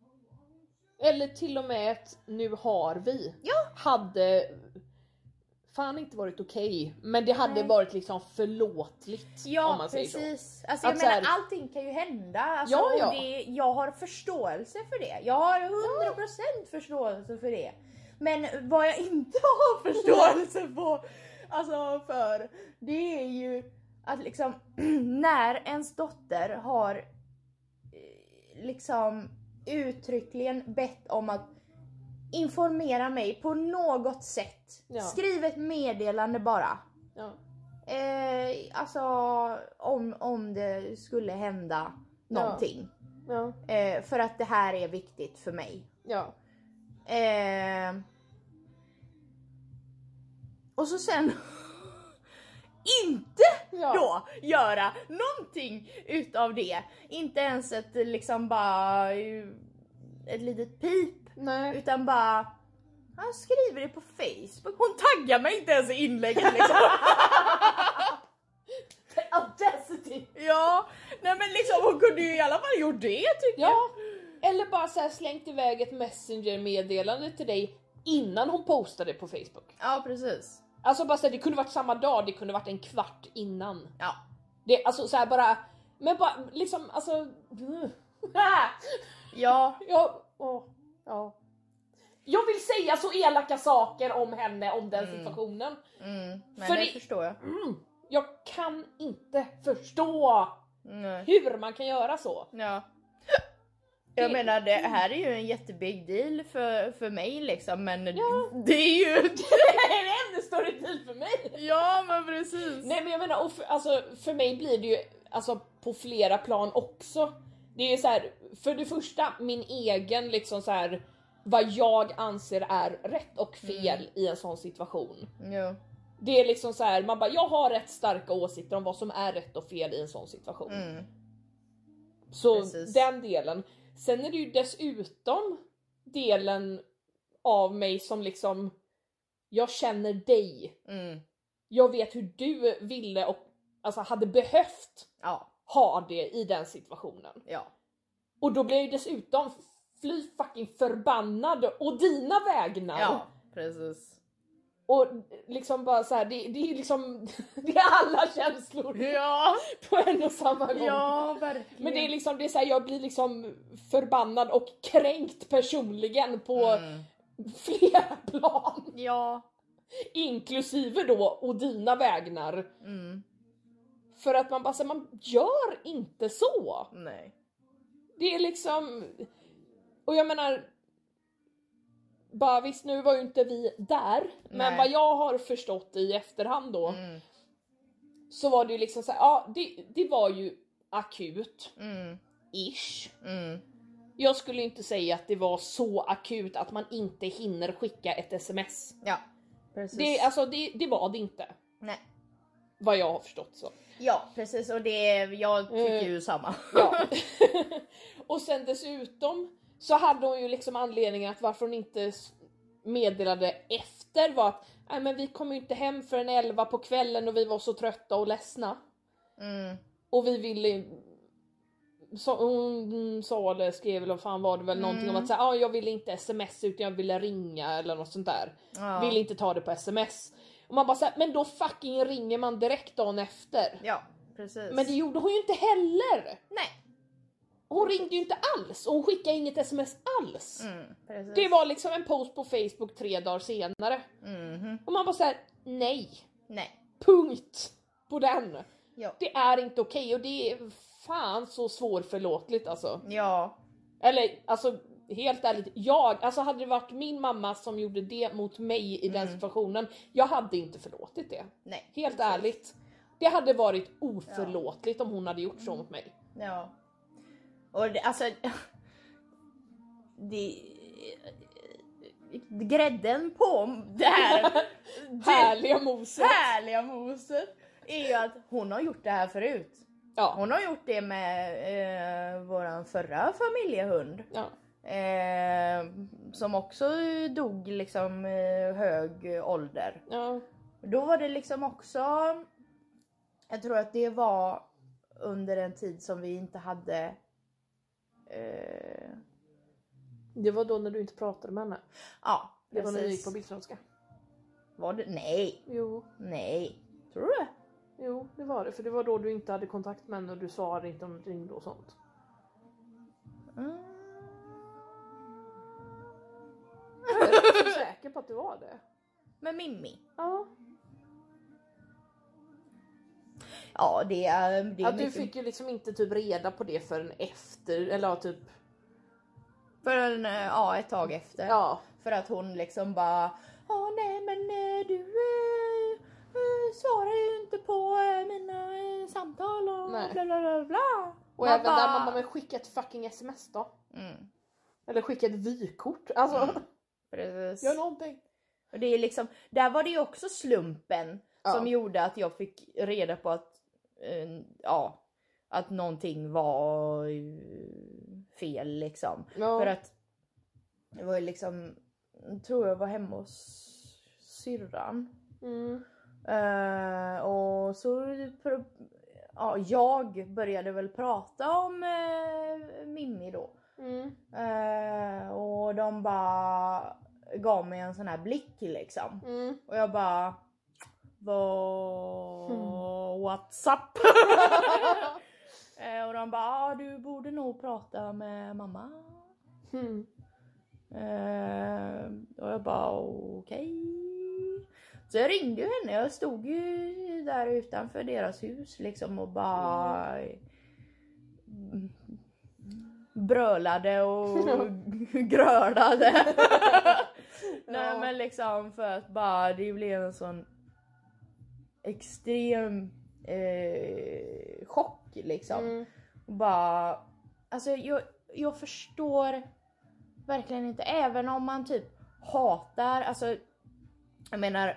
Eller till och med ett nu har vi. Ja. Hade fan inte varit okej. Men det hade varit liksom förlåtligt. Ja, om man säger precis. så. Alltså jag Att menar, så här, allting kan ju hända. Alltså, Ja. och jag har förståelse för det. Jag har 100% förståelse för det. Men vad jag inte har förståelse på, alltså för, det är ju att liksom när ens dotter har liksom uttryckligen bett om att informera mig på något sätt. Ja. Skriv ett meddelande bara. Ja. Alltså om det skulle hända någonting. Ja. För att det här är viktigt för mig. Ja. Och så sen inte då göra någonting utav det. Inte ens ett liksom bara ett litet pip. Nej. Utan bara han skriver det på Facebook. Hon taggar mig inte ens i inlägget liksom. Audacity. Ja, nej men liksom hon kunde ju i alla fall gjort det tycker jag. Eller bara så här slängt iväg ett messenger-meddelande till dig innan hon postade på Facebook. Ja, precis. Alltså bara så här, det kunde varit samma dag, det kunde varit en kvart innan. Ja. Det, alltså så här bara, men bara liksom, alltså... Ja. Ja. Jag vill säga så elaka saker om henne, om den situationen. Men För det förstår jag. Jag kan inte förstå hur man kan göra så. Ja. Jag menar det här är ju en jättebig deal för mig liksom, men det är ju en ännu större deal för mig. Ja, men precis. Nej men jag menar, alltså, för mig blir det ju alltså, på flera plan också. Det är ju så här, för det första min egen liksom så här, vad jag anser är rätt och fel i en sån situation. Ja. Det är liksom så här, man bara, jag har rätt starka åsikter om vad som är rätt och fel i en sån situation. Så precis. Den delen. Sen är det ju dessutom delen av mig som liksom, jag känner dig. Jag vet hur du ville och alltså hade behövt ha det i den situationen. Ja. Och då blir jag ju dessutom fly fucking förbannad och dina vägnar. Ja, precis. Och liksom bara så här, det är liksom det är alla känslor på en och samma gång. Ja, verkligen. Men det är liksom, det är så här, jag blir liksom förbannad och kränkt personligen på flera plan. Ja. Inklusive då och dina vägnar. För att man bara säger, man gör inte så. Nej. Det är liksom, och jag menar, bara visst nu var ju inte vi där, men vad jag har förstått i efterhand då, så var det ju liksom så här, ja det var ju akut, ish. Jag skulle inte säga att det var så akut att man inte hinner skicka ett sms. Ja, precis. Det var det inte. Nej. Vad jag har förstått så. Ja, precis, och jag tycker ju samma. Ja. Och sen dessutom så hade hon ju liksom anledningen att varför hon inte meddelade efter var att nej men vi kom ju inte hem förrän 11 på kvällen och vi var så trötta och ledsna. Och vi ville hon sa eller skrev eller fan var det väl någonting om att säga, jag ville inte sms utan jag ville ringa eller något sånt där. Ville inte ta det på sms. Och man bara såhär, men då fucking ringer man direkt dagen efter. Ja, precis. Men det gjorde hon ju inte heller. Nej. Hon ringde ju inte alls och hon skickade inget sms alls. Precis. Det var liksom en post på Facebook 3 dagar senare. Och man var så här: nej. Punkt på den. Ja. Det är inte okej och det är fan så svårförlåtligt alltså. Ja. Eller alltså helt ärligt, hade det varit min mamma som gjorde det mot mig i den situationen, jag hade inte förlåtit det. Nej. Helt ärligt. Det hade varit oförlåtligt om hon hade gjort så mot mig. Ja. Och det, alltså grädden på det här härliga moset är ju att hon har gjort det här förut. Ja. Hon har gjort det med våran förra familjehund. Ja. Som också dog liksom hög ålder. Ja. Då var det liksom också, jag tror att det var under en tid som vi inte hade det var då när du inte pratade med henne. ja, det precis. var när du gick på bildfranska. Var det? Nej. Jo. Nej. Tror du det? Jo, det var det. För det var då du inte hade kontakt med henne och du svarade inte om du ringde och sånt. Jag är så säker på att det var det. Med Mimmi? Ja. Ja, det är Att mycket... du fick ju liksom inte typ reda på det förrän efter, eller typ... För ett tag efter. Ja. För att hon liksom bara... nej men du svarar ju inte på mina samtal och Nej. bla bla bla bla. Och även där man bara, men skicka ett fucking sms då. Eller skicka ett vykort. Alltså, Precis. gör någonting. Och det är liksom, där var det ju också slumpen som gjorde att jag fick reda på att att någonting var fel liksom. Ja. För att det var ju liksom, tror jag var hemma hos syrran. Och så jag började väl prata om Mimmi då. Och de bara gav mig en sån här blick liksom. Och jag bara what's up? Och de bara du borde nog prata med mamma. Och jag bara okej. Så jag ringde ju henne. Jag stod ju där utanför deras hus liksom och bara brölade och grölade. Nej men liksom för att bara det blev en sån extrem chock liksom. Och bara alltså jag förstår verkligen inte, även om man typ hatar, alltså jag menar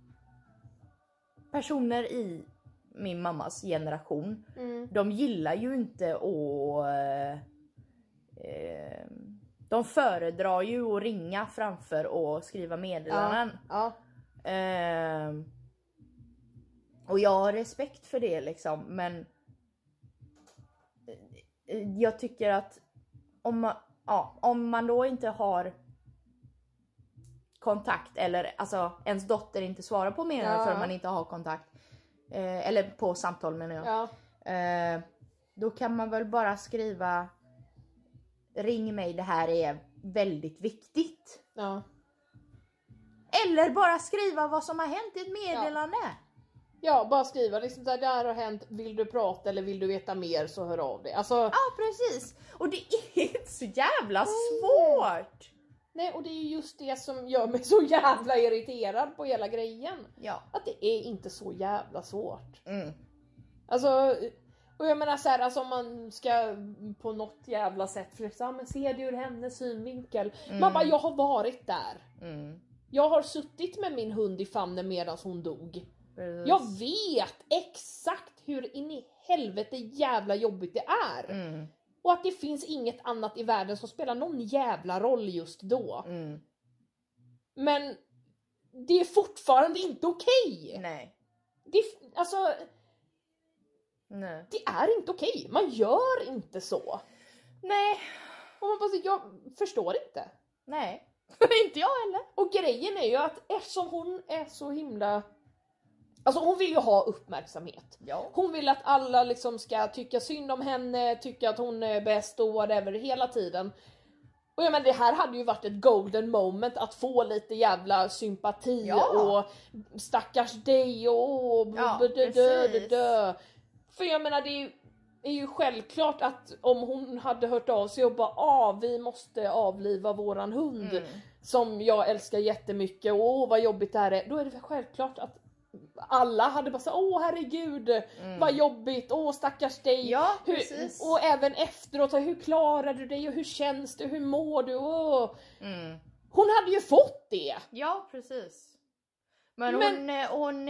personer i min mammas generation, de gillar ju inte att de föredrar ju att ringa framför att skriva meddelanden. Och jag har respekt för det liksom, men jag tycker att om man då inte har kontakt, eller alltså ens dotter inte svarar på meddelanden för man inte har kontakt, eller på samtal menar jag, då kan man väl bara skriva ring mig, det här är väldigt viktigt. Eller bara skriva vad som har hänt i ett meddelande. Ja, bara skriva liksom det här har hänt, vill du prata eller vill du veta mer så hör av dig. Alltså... Ja, precis. Och det är inte så jävla svårt. Nej, och det är just det som gör mig så jävla irriterad på hela grejen. Ja. Att det är inte så jävla svårt. Alltså, och jag menar så här, alltså om man ska på något jävla sätt försöka, men ser det ur hennes synvinkel. Man bara, jag har varit där. Jag har suttit med min hund i famnen medan hon dog. Precis. Jag vet exakt hur in i helvete jävla jobbigt det är. Och att det finns inget annat i världen som spelar någon jävla roll just då. Men det är fortfarande inte okej. Nej. Nej. Det är inte okej. Man gör inte så. Nej. Och man bara säger, jag förstår inte. Nej. Inte jag heller. Och grejen är ju att eftersom hon är så himla... Alltså hon vill ju ha uppmärksamhet. Ja. Hon vill att alla liksom ska tycka synd om henne, tycka att hon är bäst och whatever hela tiden. Och jag menar, det här hade ju varit ett golden moment att få lite jävla sympati och stackars dig och dö. För jag menar, det är ju självklart att om hon hade hört av sig och bara vi måste avliva våran hund som jag älskar jättemycket och vad jobbigt det här är, då är det väl självklart att alla hade bara så herregud, vad jobbigt, stackars dig. Ja, precis. Och även efteråt, hur klarar du dig och hur känns det, hur mår du? Hon hade ju fått det. Ja, precis. Men hon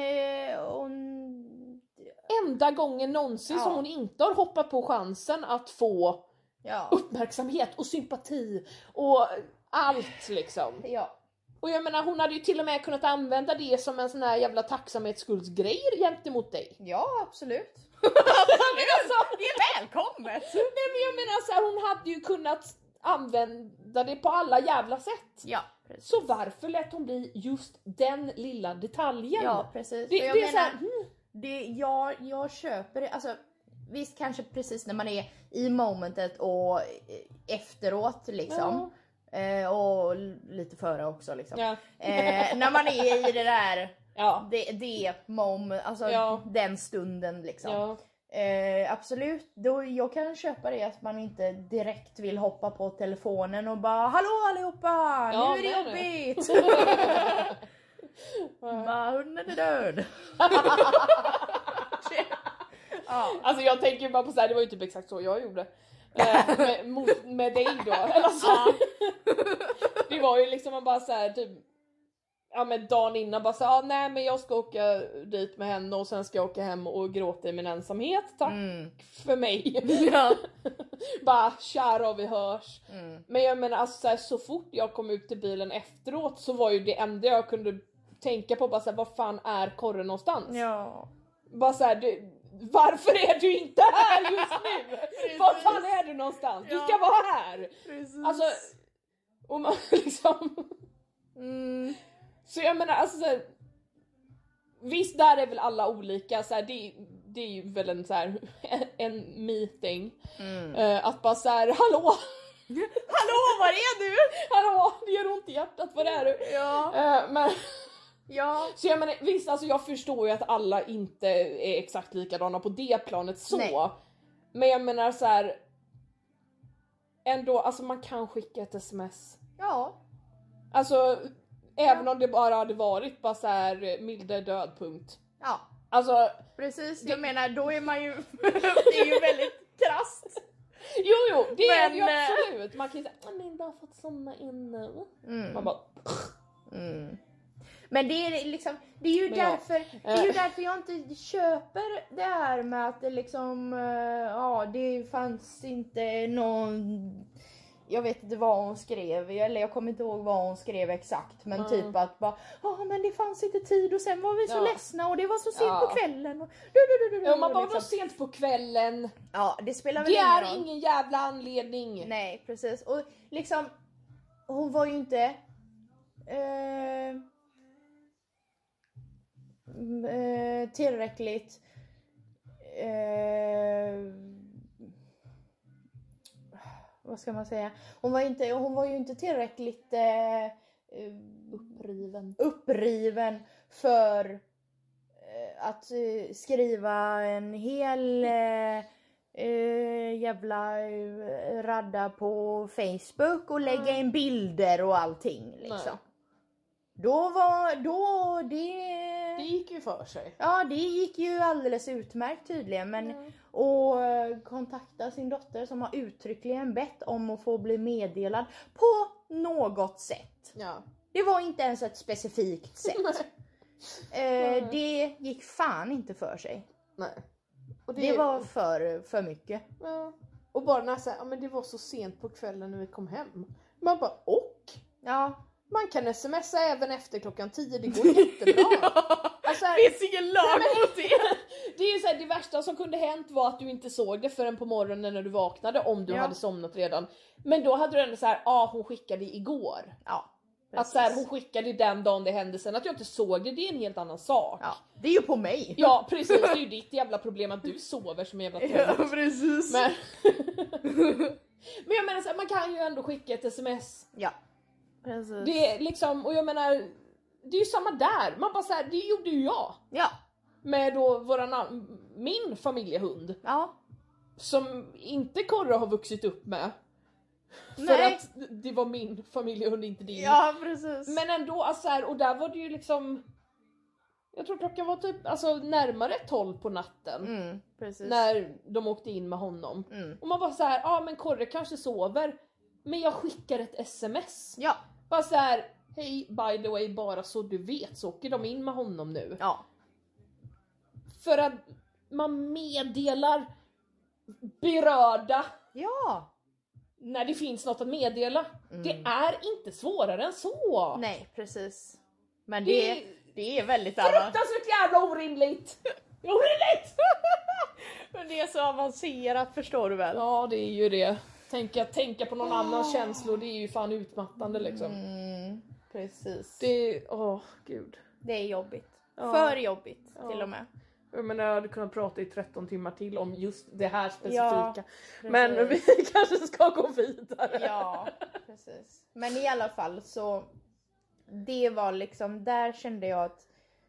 enda gången någonsin som hon inte har hoppat på chansen att få uppmärksamhet och sympati och allt liksom. Ja. Och jag menar, hon hade ju till och med kunnat använda det som en sån här jävla tacksamhetsskuldsgrej gentemot dig. Ja, absolut. Absolut. Det är välkommet. Nej, men jag menar så här, hon hade ju kunnat använda räddade på alla jävla sätt. Ja, precis. Så varför lät hon bli just den lilla detaljen? Ja, precis. Det är så här, jag köper det, alltså visst kanske precis när man är i momentet och efteråt liksom. Och lite före också liksom. När man är i det där det moment, alltså den stunden liksom. Absolut, då jag kan köpa det att man inte direkt vill hoppa på telefonen och bara hallå allihopa, nu är det jobbigt. Bara hunden är död. Alltså jag tänker bara på så här, det var ju typ exakt så jag gjorde. Med dig då. Alltså, det var ju liksom man bara så här typ men dagen innan bara så nej men jag ska åka dit med henne och sen ska jag åka hem och gråta i min ensamhet. Tack för mig. Bara kära vi hörs. Men jag menar alltså så fort jag kom ut till bilen efteråt så var ju det enda jag kunde tänka på bara så här, vad fan är Korre någonstans? Ja. Bara så här, varför är du inte här just nu? Var fan är du någonstans? Du ska vara här. Precis. Alltså och man liksom så jag menar alltså så här, visst där är väl alla olika så här, det är ju väl en så här en meeting att bara så här hallå var är du? Hallå, det gör ont i hjärtat, var är du? Men så jag menar, visst alltså jag förstår ju att alla inte är exakt likadana på det planet så. Nej. Men jag menar så här ändå, alltså man kan skicka ett sms. Ja. Alltså även om det bara hade varit bara så här milde död punkt. Ja. Alltså precis, jag menar då är man ju det är ju väldigt krasst. Jo, det är det ju absolut. Man kan ju säga, men jag har fått somna in nu. Man bara Men det är liksom, det är ju därför jag inte köper det här med att det liksom, det fanns inte någon, jag vet inte vad hon skrev, eller jag kommer inte ihåg vad hon skrev exakt, men typ att bara, men det fanns inte tid och sen var vi så ledsna och det var så sent på kvällen. Och man var liksom sent på kvällen. Ja, det spelar väl ingen roll. Det är ingen jävla anledning. Nej, precis. Och liksom, hon var ju inte tillräckligt vad ska man säga, hon var ju inte tillräckligt uppriven för att skriva en hel jävla radda på Facebook och lägga in bilder och allting liksom. Det gick ju för sig. Ja, det gick ju alldeles utmärkt tydligen. Men och kontakta sin dotter som har uttryckligen bett om att få bli meddelad på något sätt. Ja. Det var inte ens ett specifikt sätt. Det gick fan inte för sig. Nej. Och det var för mycket. Ja. Och bara när jag säger, men det var så sent på kvällen när vi kom hem. Man bara, ja. Man kan smsa även efter klockan 10, det går jättebra. Alltså, det finns ingen lag mot det. Det är ju så här, det värsta som kunde hänt var att du inte såg det förrän på morgonen när du vaknade, om du hade somnat redan. Men då hade du ändå så här, hon skickade igår. Ja. Att så här, hon skickade den dagen det hände, sen att jag inte såg det är en helt annan sak. Ja, det är ju på mig. Ja, precis, det är ju ditt jävla problem att du sover som en jävla trött. Ja, precis. Men jag menar så här, man kan ju ändå skicka ett sms. Ja. Precis. Det är liksom, och jag menar, det är ju samma där. Man bara så här, det gjorde ju jag. Ja. Med då min familjehund. Ja. Som inte Korre har vuxit upp med. För att det var min familjehund, inte din. Ja, precis. Men ändå, alltså här, och där var det ju liksom, jag tror klockan var typ närmare 12 på natten. Precis. När de åkte in med honom. Och man var så här, men Korre kanske sover. Men jag skickar ett sms. Ja. Bara så här, hej, by the way, bara så du vet så åker de in med honom nu. Ja. För att man meddelar berörda. Ja. När det finns något att meddela. Det är inte svårare än så. Nej, precis. Men det är väldigt fruktansvärt jävla orimligt. Orimligt! Men det är så avancerat, förstår du väl? Ja, det är ju det. Tänka på någon annans känslor, det är ju fan utmattande liksom. Precis. Gud. Det är jobbigt. Ja. För jobbigt till och med. Jag menar, jag hade kunnat prata i 13 timmar till om just det här specifika. Ja, men vi kanske ska gå vidare. Ja, precis. Men i alla fall så, det var liksom, där kände jag att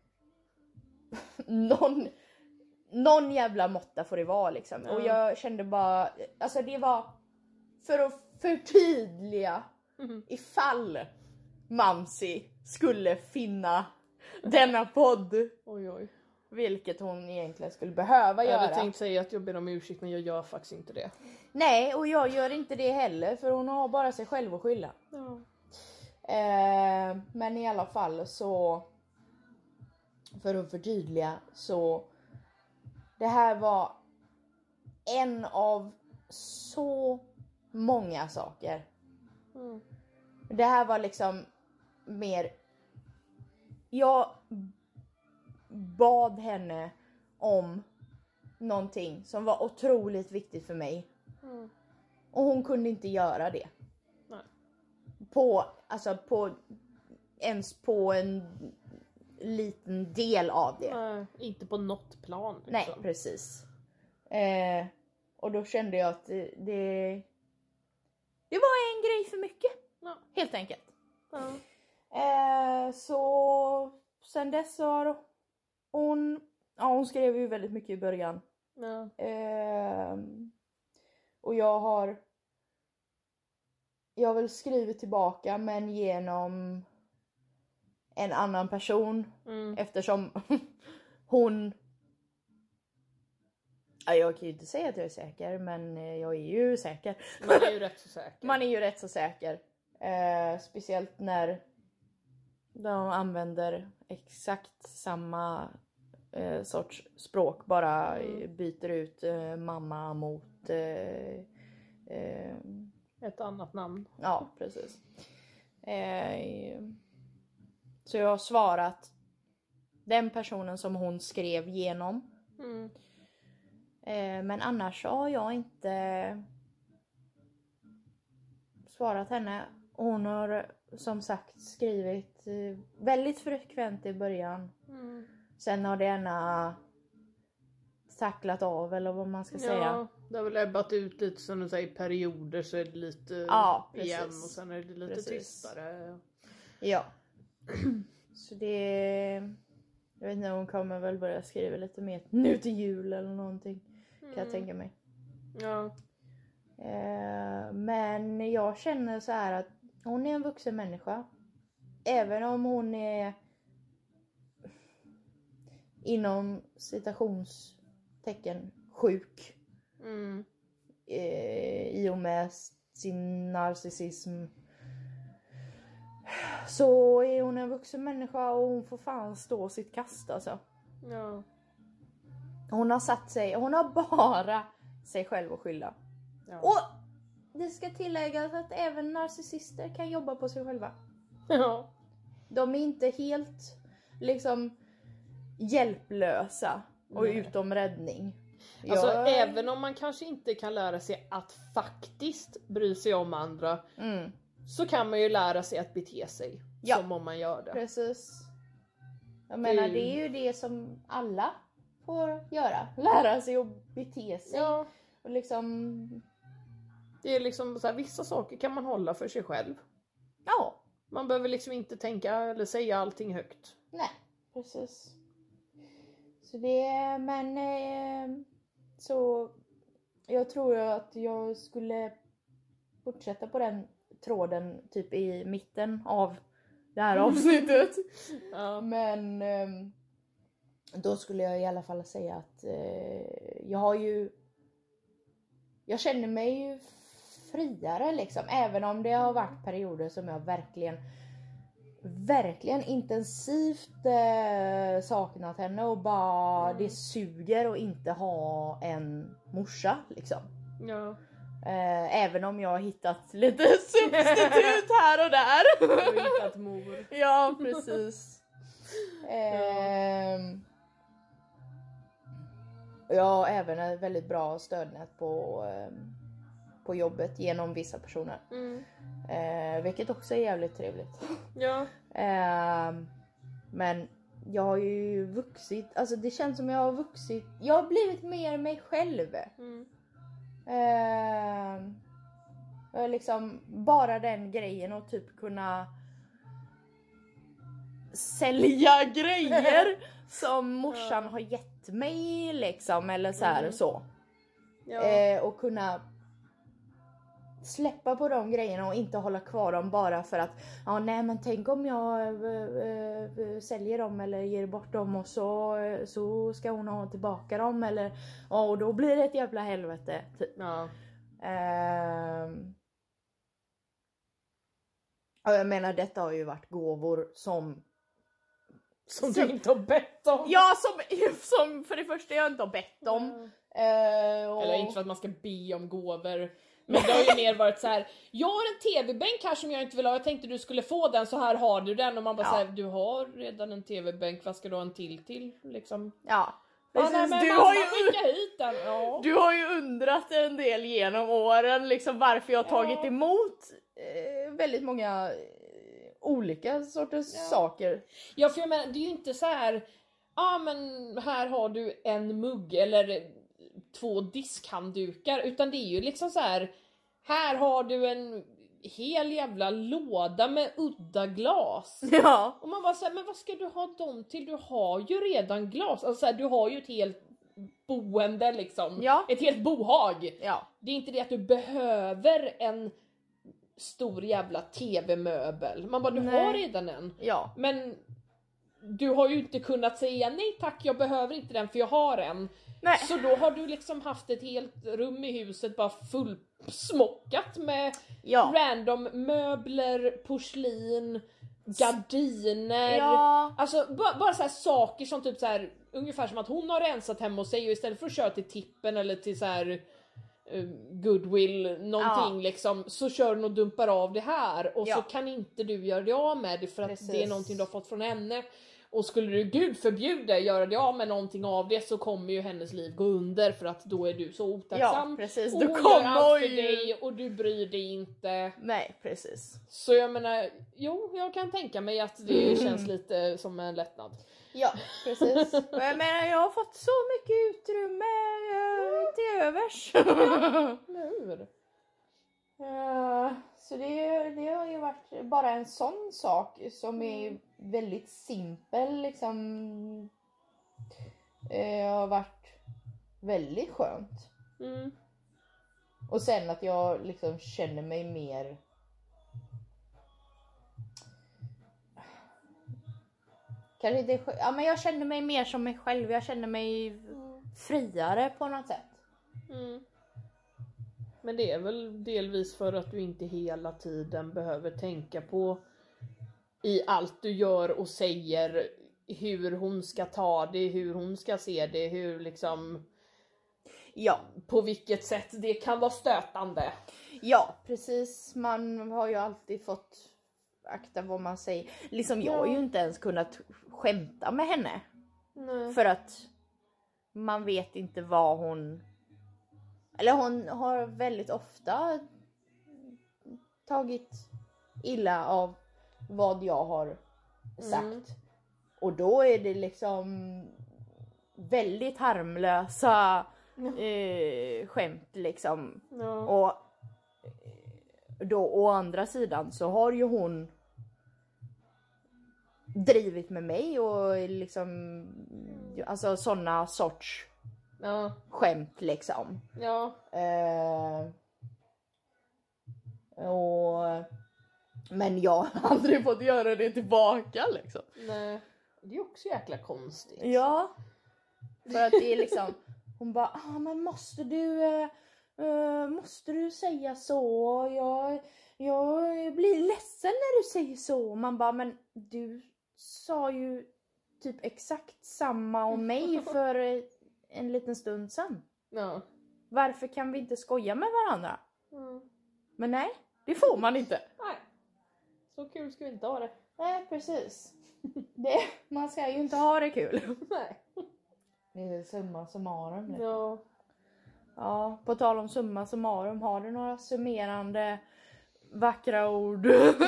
någon jävla måtta får det vara liksom. Och jag kände bara, alltså det var för att förtydliga ifall Mamsi skulle finna denna podd. Oj. Vilket hon egentligen skulle behöva göra. Jag hade tänkt säga att jag ber om ursäkt, men jag gör faktiskt inte det. Nej, och jag gör inte det heller, för hon har bara sig själv att skylla. Ja. Men i alla fall så, för att förtydliga, så det här var en av så många saker. Det här var liksom mer, jag bad henne om någonting som var otroligt viktigt för mig. Och hon kunde inte göra det. Nej. Ens på en liten del av det. Nej, inte på något plan. Liksom. Nej, precis. Och då kände jag att det var en grej för mycket. Ja. Helt enkelt. Ja. Så sen dess har hon skrev ju väldigt mycket i början. Ja. Och jag har väl skrivit tillbaka, men genom en annan person. Eftersom hon, jag kan ju inte säga att jag är säker, men jag är ju säker. Man är ju rätt så säker. Man är ju rätt så säker. Speciellt när de använder exakt samma sorts språk. Bara byter ut mamma mot ett annat namn. Ja, precis. Så jag har svarat den personen som hon skrev genom. Men annars har jag inte svarat henne. Hon har som sagt skrivit väldigt frekvent i början. Sen har det gärna tacklat av, eller vad man ska säga. Det har väl ebbat ut lite, som du säger, perioder, så är det lite igen och sen är det lite tystare. Ja. Så det, jag vet inte, hon kommer väl börja skriva lite mer nu till jul eller någonting. Kan jag tänka mig. Ja. Men jag känner så här att hon är en vuxen människa. Även om hon är inom citationstecken sjuk. I och med sin narcissism. Så är hon en vuxen människa och hon får fan stå sitt kast alltså. Ja. Hon har satt sig, hon har bara sig själv att skylla. Ja. Och det ska tilläggas att även narcissister kan jobba på sig själva. Ja. De är inte helt liksom hjälplösa och utom räddning. Alltså även om man kanske inte kan lära sig att faktiskt bry sig om andra, så kan man ju lära sig att bete sig som om man gör det. Precis. Jag menar, det är ju det som alla får göra. Lära sig att bete sig. Ja. Och liksom... Det är liksom så här, vissa saker kan man hålla för sig själv. Ja. Man behöver liksom inte tänka eller säga allting högt. Nej, precis. Så det, men så jag tror att jag skulle fortsätta på den tråden typ i mitten av det här avsnittet. Men då skulle jag i alla fall säga att jag känner mig ju friare liksom, även om det har varit perioder som jag verkligen intensivt saknat henne och bara det suger att inte ha en morsa liksom. Ja. Även om jag har hittat lite substitut här och där. Du har hittat mor. Ja, precis. Jag har även ett väldigt bra stödnät på på jobbet genom vissa personer. Vilket också är jävligt trevligt. Ja. Men jag har ju vuxit, alltså det känns som jag har vuxit, jag har blivit mer mig själv. Liksom bara den grejen och typ kunna sälja grejer som morsan har gett mig liksom, eller så här så. Ja. Och kunna släppa på de grejerna och inte hålla kvar dem bara för att nej men tänk om jag säljer dem eller ger bort dem och så ska hon ha tillbaka dem eller och då blir det ett jävla helvete typ. Ja. Och jag menar, detta har ju varit gåvor som du inte har bett om. Ja, som för det första jag inte har bett om. Eller inte för att man ska be om gåvor. Men det har ju mer varit så här: jag har en tv-bänk här som jag inte vill ha. Jag tänkte du skulle få den, så här har du den. Och man bara så här: du har redan en tv-bänk, vad ska du ha en till liksom? Ja. Precis, du har ju undrat en del genom åren liksom varför jag har tagit emot väldigt många olika sorters saker. Ja, för jag menar, det är ju inte så här: men här har du en mugg eller 2 diskhanddukar, utan det är ju liksom så här har du en hel jävla låda med udda glas. Ja. Och man bara säger, men vad ska du ha dem till? Du har ju redan glas. Alltså så här, du har ju ett helt boende liksom. Ja. Ett helt bohag. Ja. Det är inte det att du behöver en stor jävla tv-möbel. Man bara, du har redan en. Ja. Men du har ju inte kunnat säga nej tack, jag behöver inte den för jag har en. Nej. Så då har du liksom haft ett helt rum i huset bara fullsmockat med random möbler, porslin, gardiner. Ja. Alltså bara så här saker som typ så här, ungefär som att hon har rensat hemma hos sig och istället för att köra till Tippen eller till så här Goodwill någonting liksom, så kör hon och dumpar av det här och så kan inte du göra det av med det för att det är någonting du har fått från henne. Och skulle du, Gud förbjuda, göra det av med någonting av det, så kommer ju hennes liv gå under för att då är du så otacksam. Ja, precis. Och du hon kommer gör allt för dig och du bryr dig inte. Nej, precis. Så jag menar, jag kan tänka mig att det känns lite som en lättnad. Ja, precis. Och jag menar, jag har fått så mycket utrymme till övers. Hur? Så det har ju varit bara en sån sak som är väldigt simpel liksom. Har varit väldigt skönt. Och sen att jag liksom känner mig mer, kanske inte, men jag känner mig mer som mig själv. Jag känner mig friare på något sätt. Men det är väl delvis för att du inte hela tiden behöver tänka på i allt du gör och säger hur hon ska ta det, hur hon ska se det, hur liksom på vilket sätt det kan vara stötande. Ja, precis. Man har ju alltid fått akta vad man säger. Liksom jag har ju inte ens kunnat skämta med henne. Nej. För att man vet inte vad hon... Eller hon har väldigt ofta tagit illa av vad jag har sagt. Och då är det liksom väldigt harmlösa skämt liksom. Och då å andra sidan så har ju hon drivit med mig och liksom alltså såna sorts skämt liksom. Men jag har aldrig fått göra det tillbaka liksom. Nej, det är också jäkla konstigt. Ja. För att det är liksom, hon bara, men måste du säga så? Jag blir ledsen när du säger så. Man bara, men du sa ju typ exakt samma om mig för en liten stund sedan. Ja. Varför kan vi inte skoja med varandra? Men nej, det får man inte. Nej, så kul ska vi inte ha det. Nej, precis. Man ska ju inte ha det kul. Nej. Det är summa summarum. Ja. Ja, på tal om summa summarum, har du några summerande vackra ord?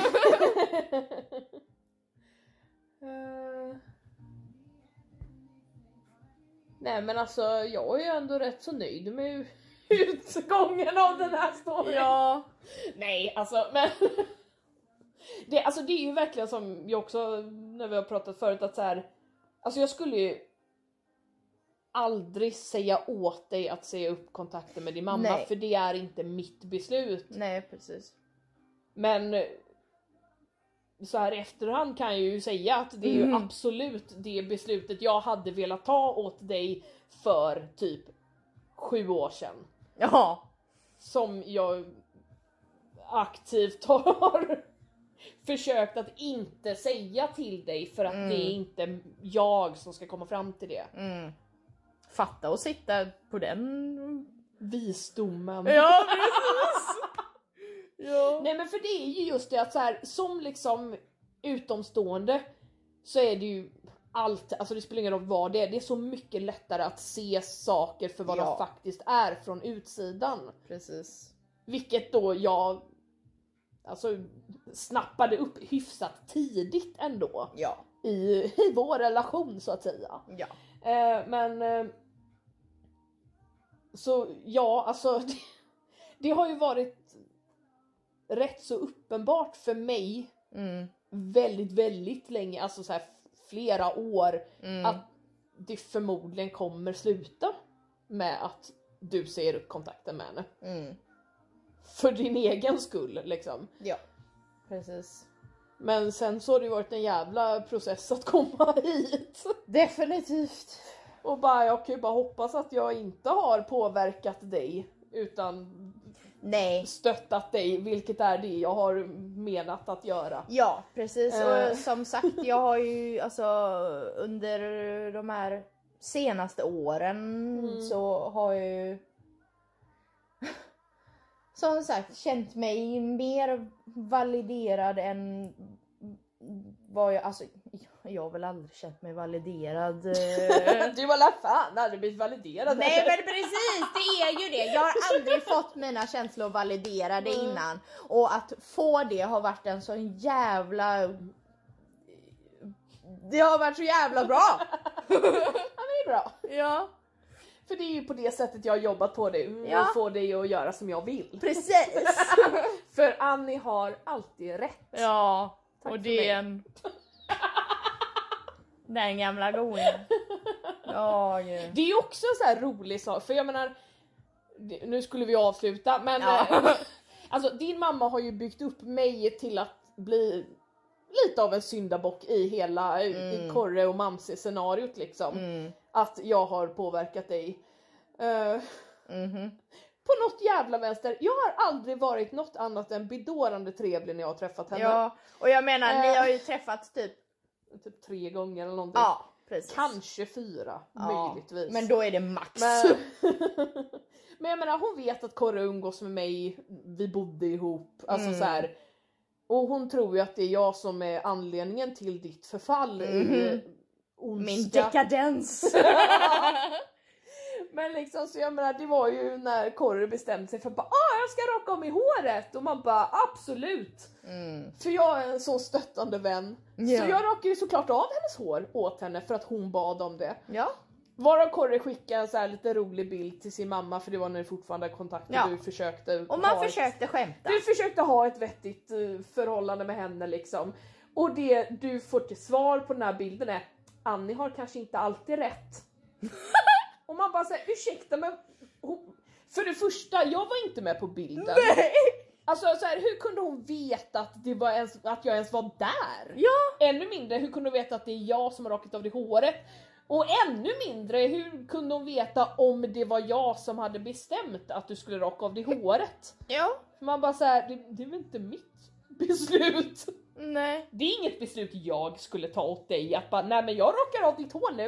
Nej men alltså jag är ju ändå rätt så nöjd med utgången av den här storyn. Ja. Nej alltså men det är ju verkligen som jag också när vi har pratat förut att så här, alltså jag skulle ju aldrig säga åt dig att säga upp kontakten med din mamma. Nej. För det är inte mitt beslut. Nej, precis. Men så här i efterhand kan jag ju säga att det är ju absolut det beslutet jag hade velat ta åt dig för typ 7 år sedan. Ja. Som jag aktivt har försökt att inte säga till dig för att det är inte jag som ska komma fram till det. Fatta och sitta på den visdomen. Ja, precis. Ja. Nej men för det är ju just det att så här, som liksom utomstående så är det ju allt, alltså det spelar ingen roll vad det är. Det är så mycket lättare att se saker för vad de faktiskt är från utsidan. Precis. Vilket då jag alltså snappade upp hyfsat tidigt ändå. Ja. I vår relation så att säga. Ja. Men så ja, alltså det har ju varit rätt så uppenbart för mig väldigt, väldigt länge, alltså så här flera år att det förmodligen kommer sluta med att du säger upp kontakten med henne. För din egen skull liksom. Ja, precis. Men sen så har det ju varit en jävla process att komma hit. Definitivt. Och bara, jag kan ju bara hoppas att jag inte har påverkat dig utan stöttat dig, vilket är det jag har menat att göra. Ja, precis. Och som sagt, jag har ju alltså under de här senaste åren så har jag ju som sagt känt mig mer validerad än vad jag, alltså jag har väl aldrig känt mig validerad. Du var la fan aldrig blivit validerad. Nej men precis, det är ju det. Jag har aldrig fått mina känslor validerade innan. Och att få det har varit en sån jävla... Det har varit så jävla bra. Ja, det är bra. Ja. För det är ju på det sättet jag har jobbat på dig. Och få dig att göra som jag vill. Precis. För Annie har alltid rätt. Ja. Tack och det är en... Den gamla gången. Ja, det är ju också en så här rolig sak. För jag menar, nu skulle vi avsluta. Men alltså din mamma har ju byggt upp mig till att bli lite av en syndabock i hela i Korre och Mamse scenariot liksom. Att jag har påverkat dig. På något jävla vänster. Jag har aldrig varit något annat än bedårande trevlig när jag har träffat henne. Ja, och jag menar ni har ju träffats typ 3 gånger eller någonting. Ja, precis. Kanske 4, möjligtvis. Men då är det max. Men jag menar, hon vet att Korre umgås med mig. Vi bodde ihop. Alltså så här. Och hon tror ju att det är jag som är anledningen till ditt förfall i ondska. Min dekadens. Men liksom, så jag menar, det var ju när Korre bestämde sig för att jag ska raka om i håret. Och man bara, absolut. För jag är en så stöttande vän. Så jag rakade ju såklart av hennes hår åt henne för att hon bad om det. Ja. Varav Korre skickade en så här lite rolig bild till sin mamma, för det var när du fortfarande hade kontakt och du försökte. Och man försökte skämta. Du försökte ha ett vettigt förhållande med henne liksom. Och det du får till svar på den här bilden är: Annie har kanske inte alltid rätt. Och man bara säger, ursäkta men för det första, jag var inte med på bilden. Nej. Alltså så här, hur kunde hon veta att, det var att jag ens var där? Ja. Ännu mindre, hur kunde hon veta att det är jag som har rakat av det håret? Och ännu mindre, hur kunde hon veta om det var jag som hade bestämt att du skulle raka av det håret? Ja. För man bara så här, det är väl inte mitt beslut? Nej. Det är inget beslut jag skulle ta åt dig, att bara, nej men jag rakar av ditt hår nu.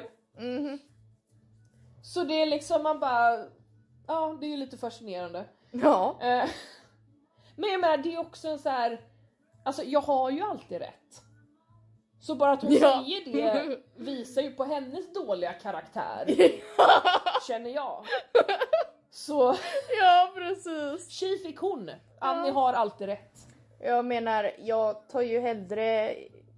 Så det är liksom, man bara, ja, det är ju lite fascinerande. Ja. Men jag menar, det är också en så här, alltså jag har ju alltid rätt. Så bara att hon säger det visar ju på hennes dåliga karaktär. Känner jag. Så Ja, precis. tji fick hon. Annie har alltid rätt. Jag menar, jag tar ju hellre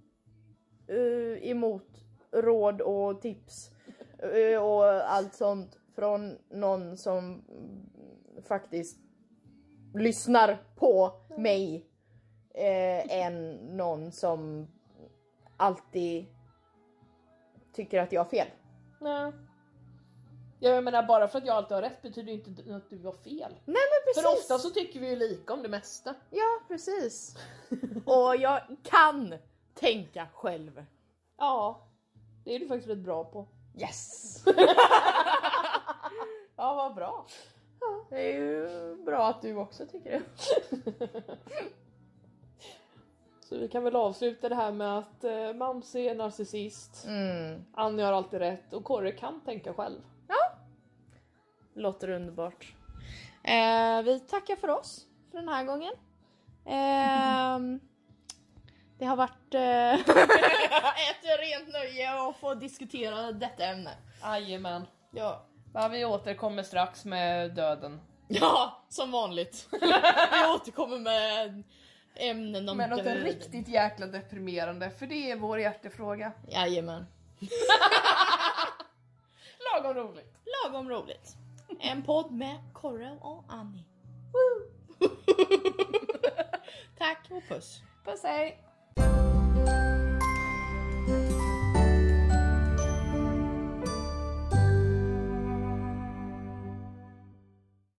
emot råd och tips och allt sånt från någon som faktiskt lyssnar på mig än någon som alltid tycker att jag har fel. Nej. Jag menar, bara för att jag alltid har rätt betyder inte att du har fel. Nej, men precis. För ofta så tycker vi ju lika om det mesta. Ja, precis. Och jag kan tänka själv. Ja, det är du faktiskt rätt bra på. Yes! Ja, vad bra. Det är ju bra att du också tycker det. Så vi kan väl avsluta det här med att Mamsi är narcissist. Annie har alltid rätt och Corre kan tänka själv. Ja. Låter underbart. Vi tackar för oss för den här gången. Det har varit ett rent nöje att få diskutera detta ämne. Jajamän. Ja. Ja, vi återkommer strax med döden. Ja, som vanligt. Vi återkommer med ämnen om Men något döden. riktigt jäkla deprimerande, för det är vår hjärtefråga. Jajamän. Lagom roligt. Lagom roligt. En podd med Corre och Annie. Tack och puss. Puss, hej.